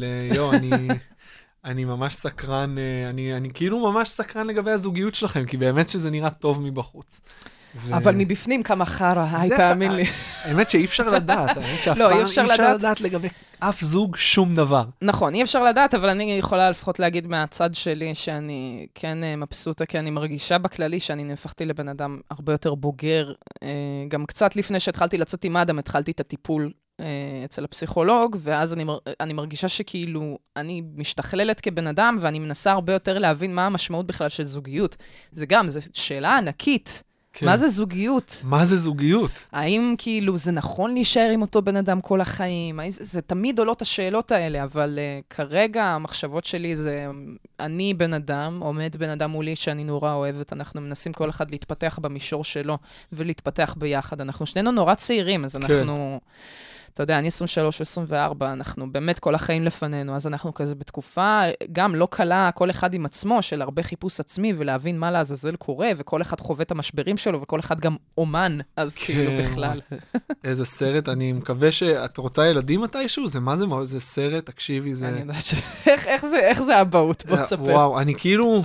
אני ממש סקרן, אני כאילו ממש סקרן לגבי הזוגיות שלכם, כי באמת שזה נראה טוב מבחוץ. אבל מבפנים כמה חרא, תאמין לי. האמת שאי אפשר לדעת, האמת שאף פעם אי אפשר לדעת לגבי אף זוג שום דבר. נכון, אי אפשר לדעת, אבל אני יכולה לפחות להגיד מהצד שלי שאני כן מבסוטה, כי אני מרגישה בכללי שאני נהפכתי לבן אדם הרבה יותר בוגר. גם קצת לפני שהתחלתי לצאת עם אדם, התחלתי את הטיפול אצל הפסיכולוג, ואז אני מרגישה שכאילו אני משתכללת כבן אדם, ואני מנסה הרבה יותר להבין מה המשמעות בכלל של זוגיות. זה גם, זו שאלה ענקית. כן. מה זה זוגיות? מה זה זוגיות? האם כאילו זה נכון להישאר עם אותו בן אדם כל החיים? זה תמיד עולות השאלות האלה, אבל כרגע המחשבות שלי זה, אני בן אדם, עומד בן אדם מולי שאני נורא אוהבת, אנחנו מנסים כל אחד להתפתח במישור שלו, ולהתפתח ביחד. אנחנו שנינו נורא צעירים, אז אנחנו... אתה יודע, אני 23 ו-24, אנחנו באמת כל החיים לפנינו, אז אנחנו כזה בתקופה, גם לא קלה, כל אחד עם עצמו, של הרבה חיפוש עצמי, ולהבין מה לעזאזל קורה, וכל אחד חווה את המשברים שלו, וכל אחד גם אומן, אז כאילו בכלל. איזה סרט, אני מקווה שאת רוצה ילדים מתישהו? זה מה זה? זה סרט, תקשיבי, זה... אני יודעת איך זה הבאות? בוא תספר. וואו, אני כאילו...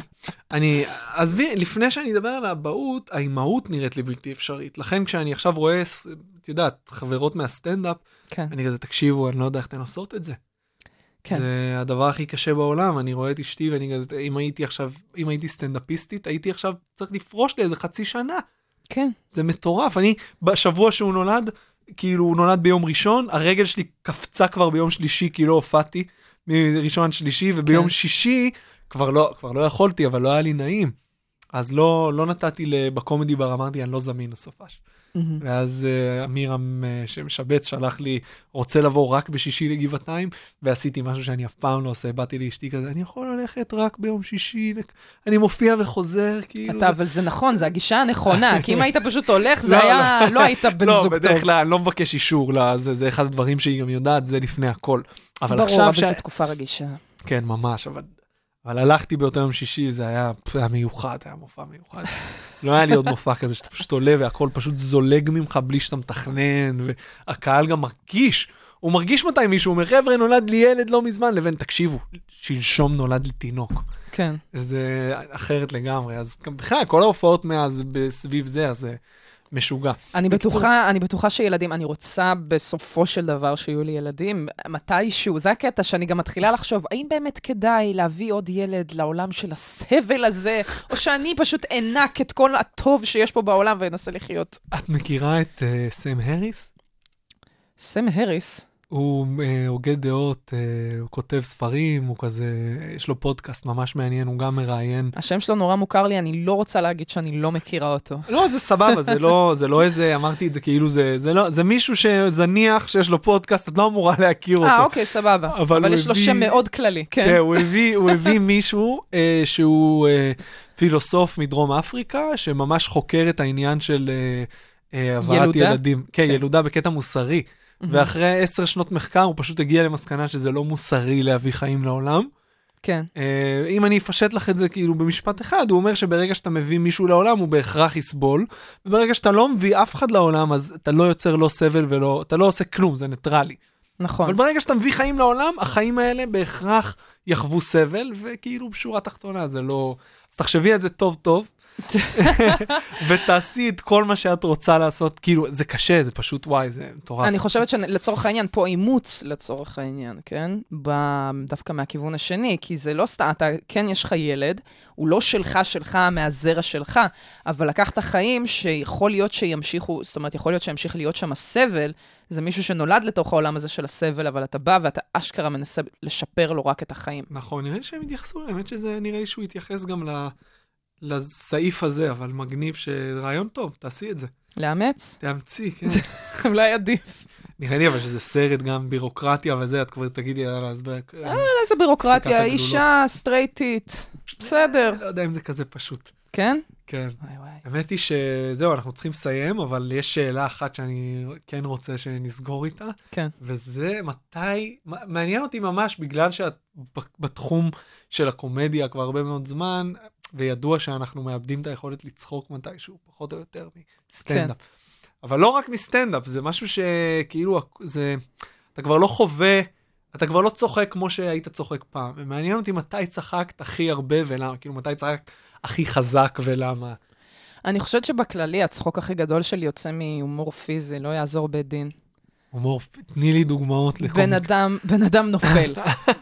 אז לפני שאני אדבר על הבאות, האימהות נראית לי בלתי אפשרית. לכן כשאני עכשיו רואה, את יודעת, חברות מהסטנדאפ, אני כזה, תקשיבו, אני לא יודע איך אתן עושות את זה. זה הדבר הכי קשה בעולם. אני רואה את אשתי ואני כזה, אם הייתי סטנדאפיסטית, הייתי עכשיו צריך לפרוש לאיזה חצי שנה. כן. זה מטורף. אני, בשבוע שהוא נולד, כאילו הוא נולד ביום ראשון, הרגל שלי קפצה כבר ביום שלישי, כי לא הופעתי מראשון שלישי, וביום שישי כבר לא יכולתי, אבל לא היה לי נעים. אז לא נתתי בקומדי בר, אמרתי, אני לא זמין לסופש. ואז אמירם שמשבץ שלח לי, רוצה לבוא רק בשישי לגבעתיים, ועשיתי משהו שאני אף פעם לא עושה, באתי לאשתי כזה, אני יכול ללכת רק ביום שישי, אני מופיע וחוזר, כאילו. אבל זה נכון, זה הגישה הנכונה, כי אם היית פשוט הולך, זה היה, לא היית בן זוג טוב. לא, בדרך כלל, אני לא מבקש אישור, זה אחד הדברים שהיא גם יודעת, זה לפני הכל. ברור, אבל זו תקופה רגישה. כן, ממש, אבל אבל הלכתי באותו יום שישי, זה היה מיוחד, היה מופע מיוחד. לא היה לי עוד מופע כזה, שאתה פשוט עולה והכל פשוט זולג ממך בלי שאתה מתכנן, והקהל גם מרגיש, הוא מרגיש מתי מישהו אומר, חבר'ה, נולד לי ילד לא מזמן, לבין, תקשיבו, שלשום נולד לי תינוק. כן. זה אחרת לגמרי, אז בכלל, כל ההופעות מאז בסביב זה, אז זה משוגע. אני בטוחה שילדים, אני רוצה בסופו של דבר שיהיו לי ילדים, מתישהו, זה הקטע שאני גם מתחילה לחשוב, האם באמת כדאי להביא עוד ילד לעולם של הסבל הזה, או שאני פשוט אענק את כל הטוב שיש פה בעולם ואנסה לחיות. את מכירה את סם הריס? סם הריס? הוא הוגה דעות, הוא כותב ספרים, הוא כזה, יש לו פודקאסט ממש מעניין, הוא גם מראיין. השם שלו נורא מוכר לי, אני לא רוצה להגיד שאני לא מכירה אותו. לא, זה סבבה, זה לא איזה, אמרתי את זה כאילו זה מישהו שזניח שיש לו פודקאסט, את לא אמורה להכיר אותו. אוקיי, סבבה. אבל יש לו שם מאוד כללי, כן. כן, הוא הביא מישהו שהוא פילוסוף מדרום אפריקה, שממש חוקר את העניין של העברת ילדים. כן, ילודה בקטע מוסרי. ואחרי 10 שנות מחקר, הוא פשוט הגיע למסקנה שזה לא מוסרי להביא חיים לעולם. כן. אם אני אפשט לך את זה כאילו במשפט אחד, הוא אומר שברגע שאתה מביא מישהו לעולם, הוא בהכרח יסבול, וברגע שאתה לא מביא אף אחד לעולם, אז אתה לא יוצר לא סבל ולא, אתה לא עושה כלום, זה ניטרלי. נכון. אבל ברגע שאתה מביא חיים לעולם, החיים האלה בהכרח יחוו סבל, וכאילו בשורה תחתונה, זה לא... אז תחשבי את זה טוב טוב, ותעשי את כל מה שאת רוצה לעשות, כאילו, זה קשה, זה פשוט וואי, זה מטורף. אני חושבת שלצורך העניין, פה אימוץ לצורך העניין, כן? דווקא מהכיוון השני, כי זה לא סתם, אתה, כן, יש לך ילד, הוא לא שלך, מהזרע שלך, אבל לקחת חיים שיכול להיות שימשיכו, זאת אומרת, יכול להיות שימשיך להיות שם הסבל, זה מישהו שנולד לתוך העולם הזה של הסבל, אבל אתה בא ואתה אשכרה מנסה לשפר לו רק את החיים. נכון, נראה לי שהם התייחסו, האמת שזה נראה לי שהוא יתייחס גם לסעיף הזה, אבל מגניב שרעיון טוב, תעשי את זה. לאמץ? תאמצי, כן. אולי עדיף. נראה לי אבל שזה סרט גם בירוקרטיה וזה, את כבר תגידי, אז איזה בירוקרטיה, אישה, סטרייטית, בסדר. לא יודע אם זה כזה פשוט. כן? כן. האמת היא שזהו, אנחנו צריכים לסיים, אבל יש שאלה אחת שאני כן רוצה שנסגור איתה. כן. וזה מתי, מעניין אותי ממש, בגלל שאת בתחום של הקומדיה כבר הרבה מאוד זמן, וידוע שאנחנו מאבדים את היכולת לצחוק מתישהו, פחות או יותר מסטנדאפ. כן. אבל לא רק מסטנדאפ, זה משהו שכאילו, אתה כבר לא חווה, אתה כבר לא צוחק כמו שהיית צוחק פעם. ומעניין אותי מתי צחקת הכי הרבה ולמה, כאילו מתי צחקת הכי חזק ולמה. אני חושבת שבכללי הצחוק הכי גדול שלי יוצא מהומור פיזי, לא יעזור בית דין. הומור, תני לי דוגמאות לקומik. בן אדם נופל.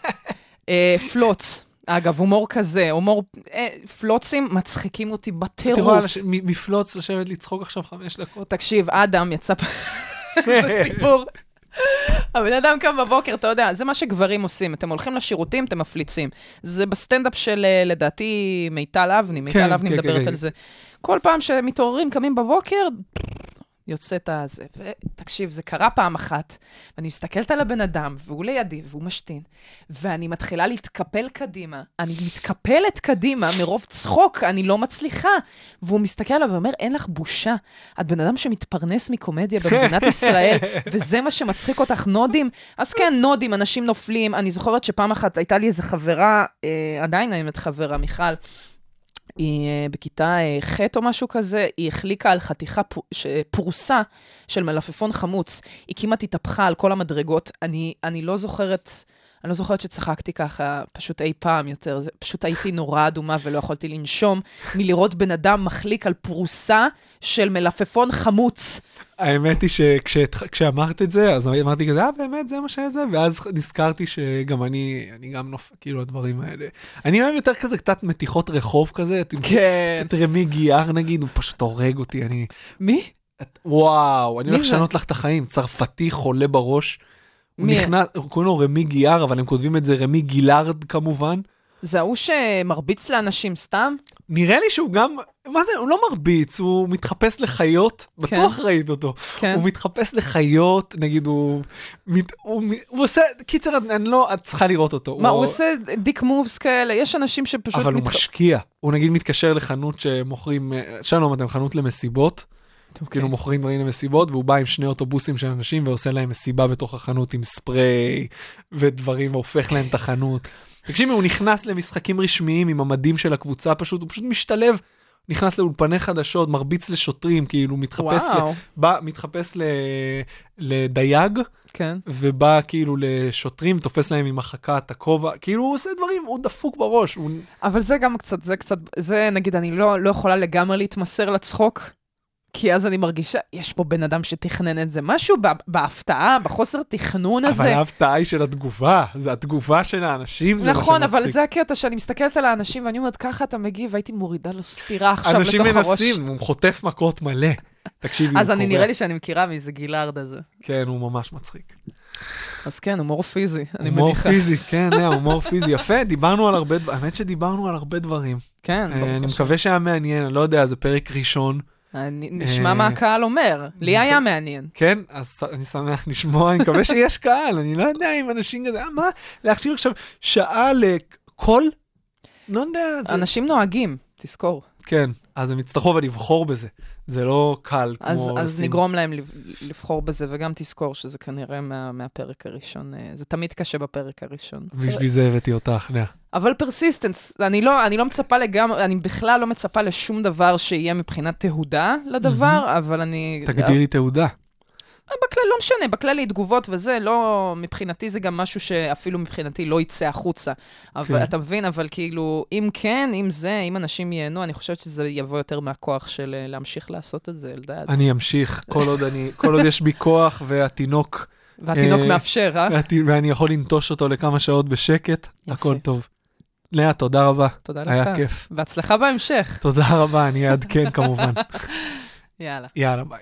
פלוץ. אגב, הומור כזה, פלוצים מצחיקים אותי בטירוף. מפלוץ לשבת לצחוק עכשיו 5 דקות. תקשיב, אדם יצא זה סיפור. הבן אדם קם בבוקר, אתה יודע, זה מה שגברים עושים. אתם הולכים לשירותים, אתם מפליצים. זה בסטנדאפ של, לדעתי, מיטל אבני. מיטל אבני מדברת על זה. כל פעם שמתעוררים, קמים בבוקר, יוצא את הזה. ותקשיב, זה קרה פעם אחת, ואני מסתכלת על הבן אדם, והוא לידי, והוא משתין, ואני מתחילה להתקפל קדימה. אני מתקפלת קדימה מרוב צחוק, אני לא מצליחה. והוא מסתכל עליו ואומר, אין לך בושה. את בן אדם שמתפרנס מקומדיה במדינת ישראל, וזה מה שמצחיק אותך, נודים. אז כן, נודים, אנשים נופלים. אני זוכרת שפעם אחת הייתה לי איזו חברה, עדיין האמת חברה, מיכל, היא בכיתה ח' או משהו כזה, היא החליקה על חתיכה פרוסה של מלפפון חמוץ. היא כמעט התהפכה על כל המדרגות. אני לא זוכרת שצחקתי ככה פשוט אי פעם יותר. פשוט הייתי נורא אדומה ולא יכולתי לנשום מלראות בן אדם מחליק על פרוסה של מלפפון חמוץ. האמת היא שכשאמרת את זה, אז אמרתי כזה, באמת זה מה שזה, ואז נזכרתי שגם אני גם נופל, כאילו הדברים האלה. אני אוהב יותר כזה קצת מתיחות רחוב כזה, כן. את רמי גיאר נגיד, הוא פשוט הורג אותי, מי? וואו, אני הולך לשנות לך את החיים, צרפתי חולה בראש, הוא קוראים לו רמי גיאר, אבל הם כותבים את זה רמי גילארד כמובן. זה הוא שמרביץ לאנשים סתם? נראה לי שהוא גם, מה זה, הוא לא מרביץ, הוא מתחפש לחיות, בטוח ראית אותו. הוא מתחפש לחיות, נגיד הוא עושה, קיצר, אני לא, את צריכה לראות אותו. מה, הוא עושה דיק מובס כאלה, יש אנשים שפשוט... אבל הוא משקיע, הוא נגיד מתקשר לחנות שמוכרים, שלום, אתם חנות למסיבות, כאילו מוכרים דברים למסיבות, והוא בא עם 2 אוטובוסים של אנשים, ועושה להם מסיבה בתוך החנות עם ספרי ודברים, והופך להם את החנות. תקשיבי, הוא נכנס למשחקים רשמיים עם המדים של הקבוצה, הוא פשוט משתלב, נכנס לאולפני חדשות, מרביץ לשוטרים, כאילו מתחפש לדייג, כן. ובא כאילו לשוטרים, תופס להם עם החכת הכובע, כאילו הוא עושה דברים, הוא דפוק בראש. אבל זה גם קצת, זה נגיד, אני לא יכולה לגמרי להתמסר לצחוק, כי אז אני מרגישה, יש פה בן אדם שתכנן את זה, משהו בהפתעה, בחוסר תכנון הזה. אבל ההפתעה היא של התגובה, זה התגובה של האנשים. נכון, אבל זה הקטע שאני מסתכלת על האנשים, ואני אומרת, ככה אתה מגיב, והייתי מורידה לו סתירה עכשיו לתוך הראש. אנשים מנסים, הוא חוטף מכות מלא. תקשיבי, אז אני נראה לי שאני מכירה מאיזה גילארד הזה. כן, הוא ממש מצחיק. אז כן, הומור פיזי, אני הומור מניחה. פיזי, כן, הומור פיזי. יפה, דיברנו על הרבה דברים, האמת שדיברנו על הרבה דברים. כן, אני מקווה שהיה מעניין, אני לא יודע, זה פרק ראשון. נשמע מה הקהל אומר. לי היה מעניין. כן, אז אני שמח לשמוע, אני מקווה שיש קהל, אני לא יודע אם אנשים כזה, מה? להכשיר עכשיו שעה לקול? לא יודע. אנשים נוהגים, תזכור. כן, אז הם יצטרכו אבל לבחור בזה. זה לא קל כמו... אז נגרום להם לבחור בזה, וגם תזכור שזה כנראה מהפרק הראשון. זה תמיד קשה בפרק הראשון. בשביל זה הבאתי אותך, לאה. אבל פרסיסטנס, אני לא מצפה לגמרי, אני בכלל לא מצפה לשום דבר שיהיה מבחינת תהודה לדבר, אבל אני... תגדירי תהודה. בכלל, לא משנה, בכלל תגובות וזה, לא, מבחינתי זה גם משהו שאפילו מבחינתי לא יצא החוצה. אבל, אתה מבין, אבל כאילו, אם כן, אם זה, אם אנשים ייהנו, אני חושבת שזה יבוא יותר מהכוח של להמשיך לעשות את זה, אלדד. אני אמשיך, כל עוד יש בי כוח והתינוק... והתינוק מאפשר, ואני יכול לנטוש אותו לכמה שעות בשקט, הכל טוב. לאה, תודה רבה. תודה לך. היה כיף. והצלחה בהמשך. תודה רבה, אני אעדכן כמובן. יאללה. יאללה, ביי.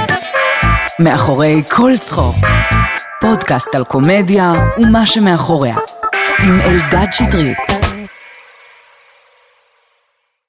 מאחורי כל צחוק, פודקאסט על קומדיה ומה שמאחוריה, עם אלדד שטרית.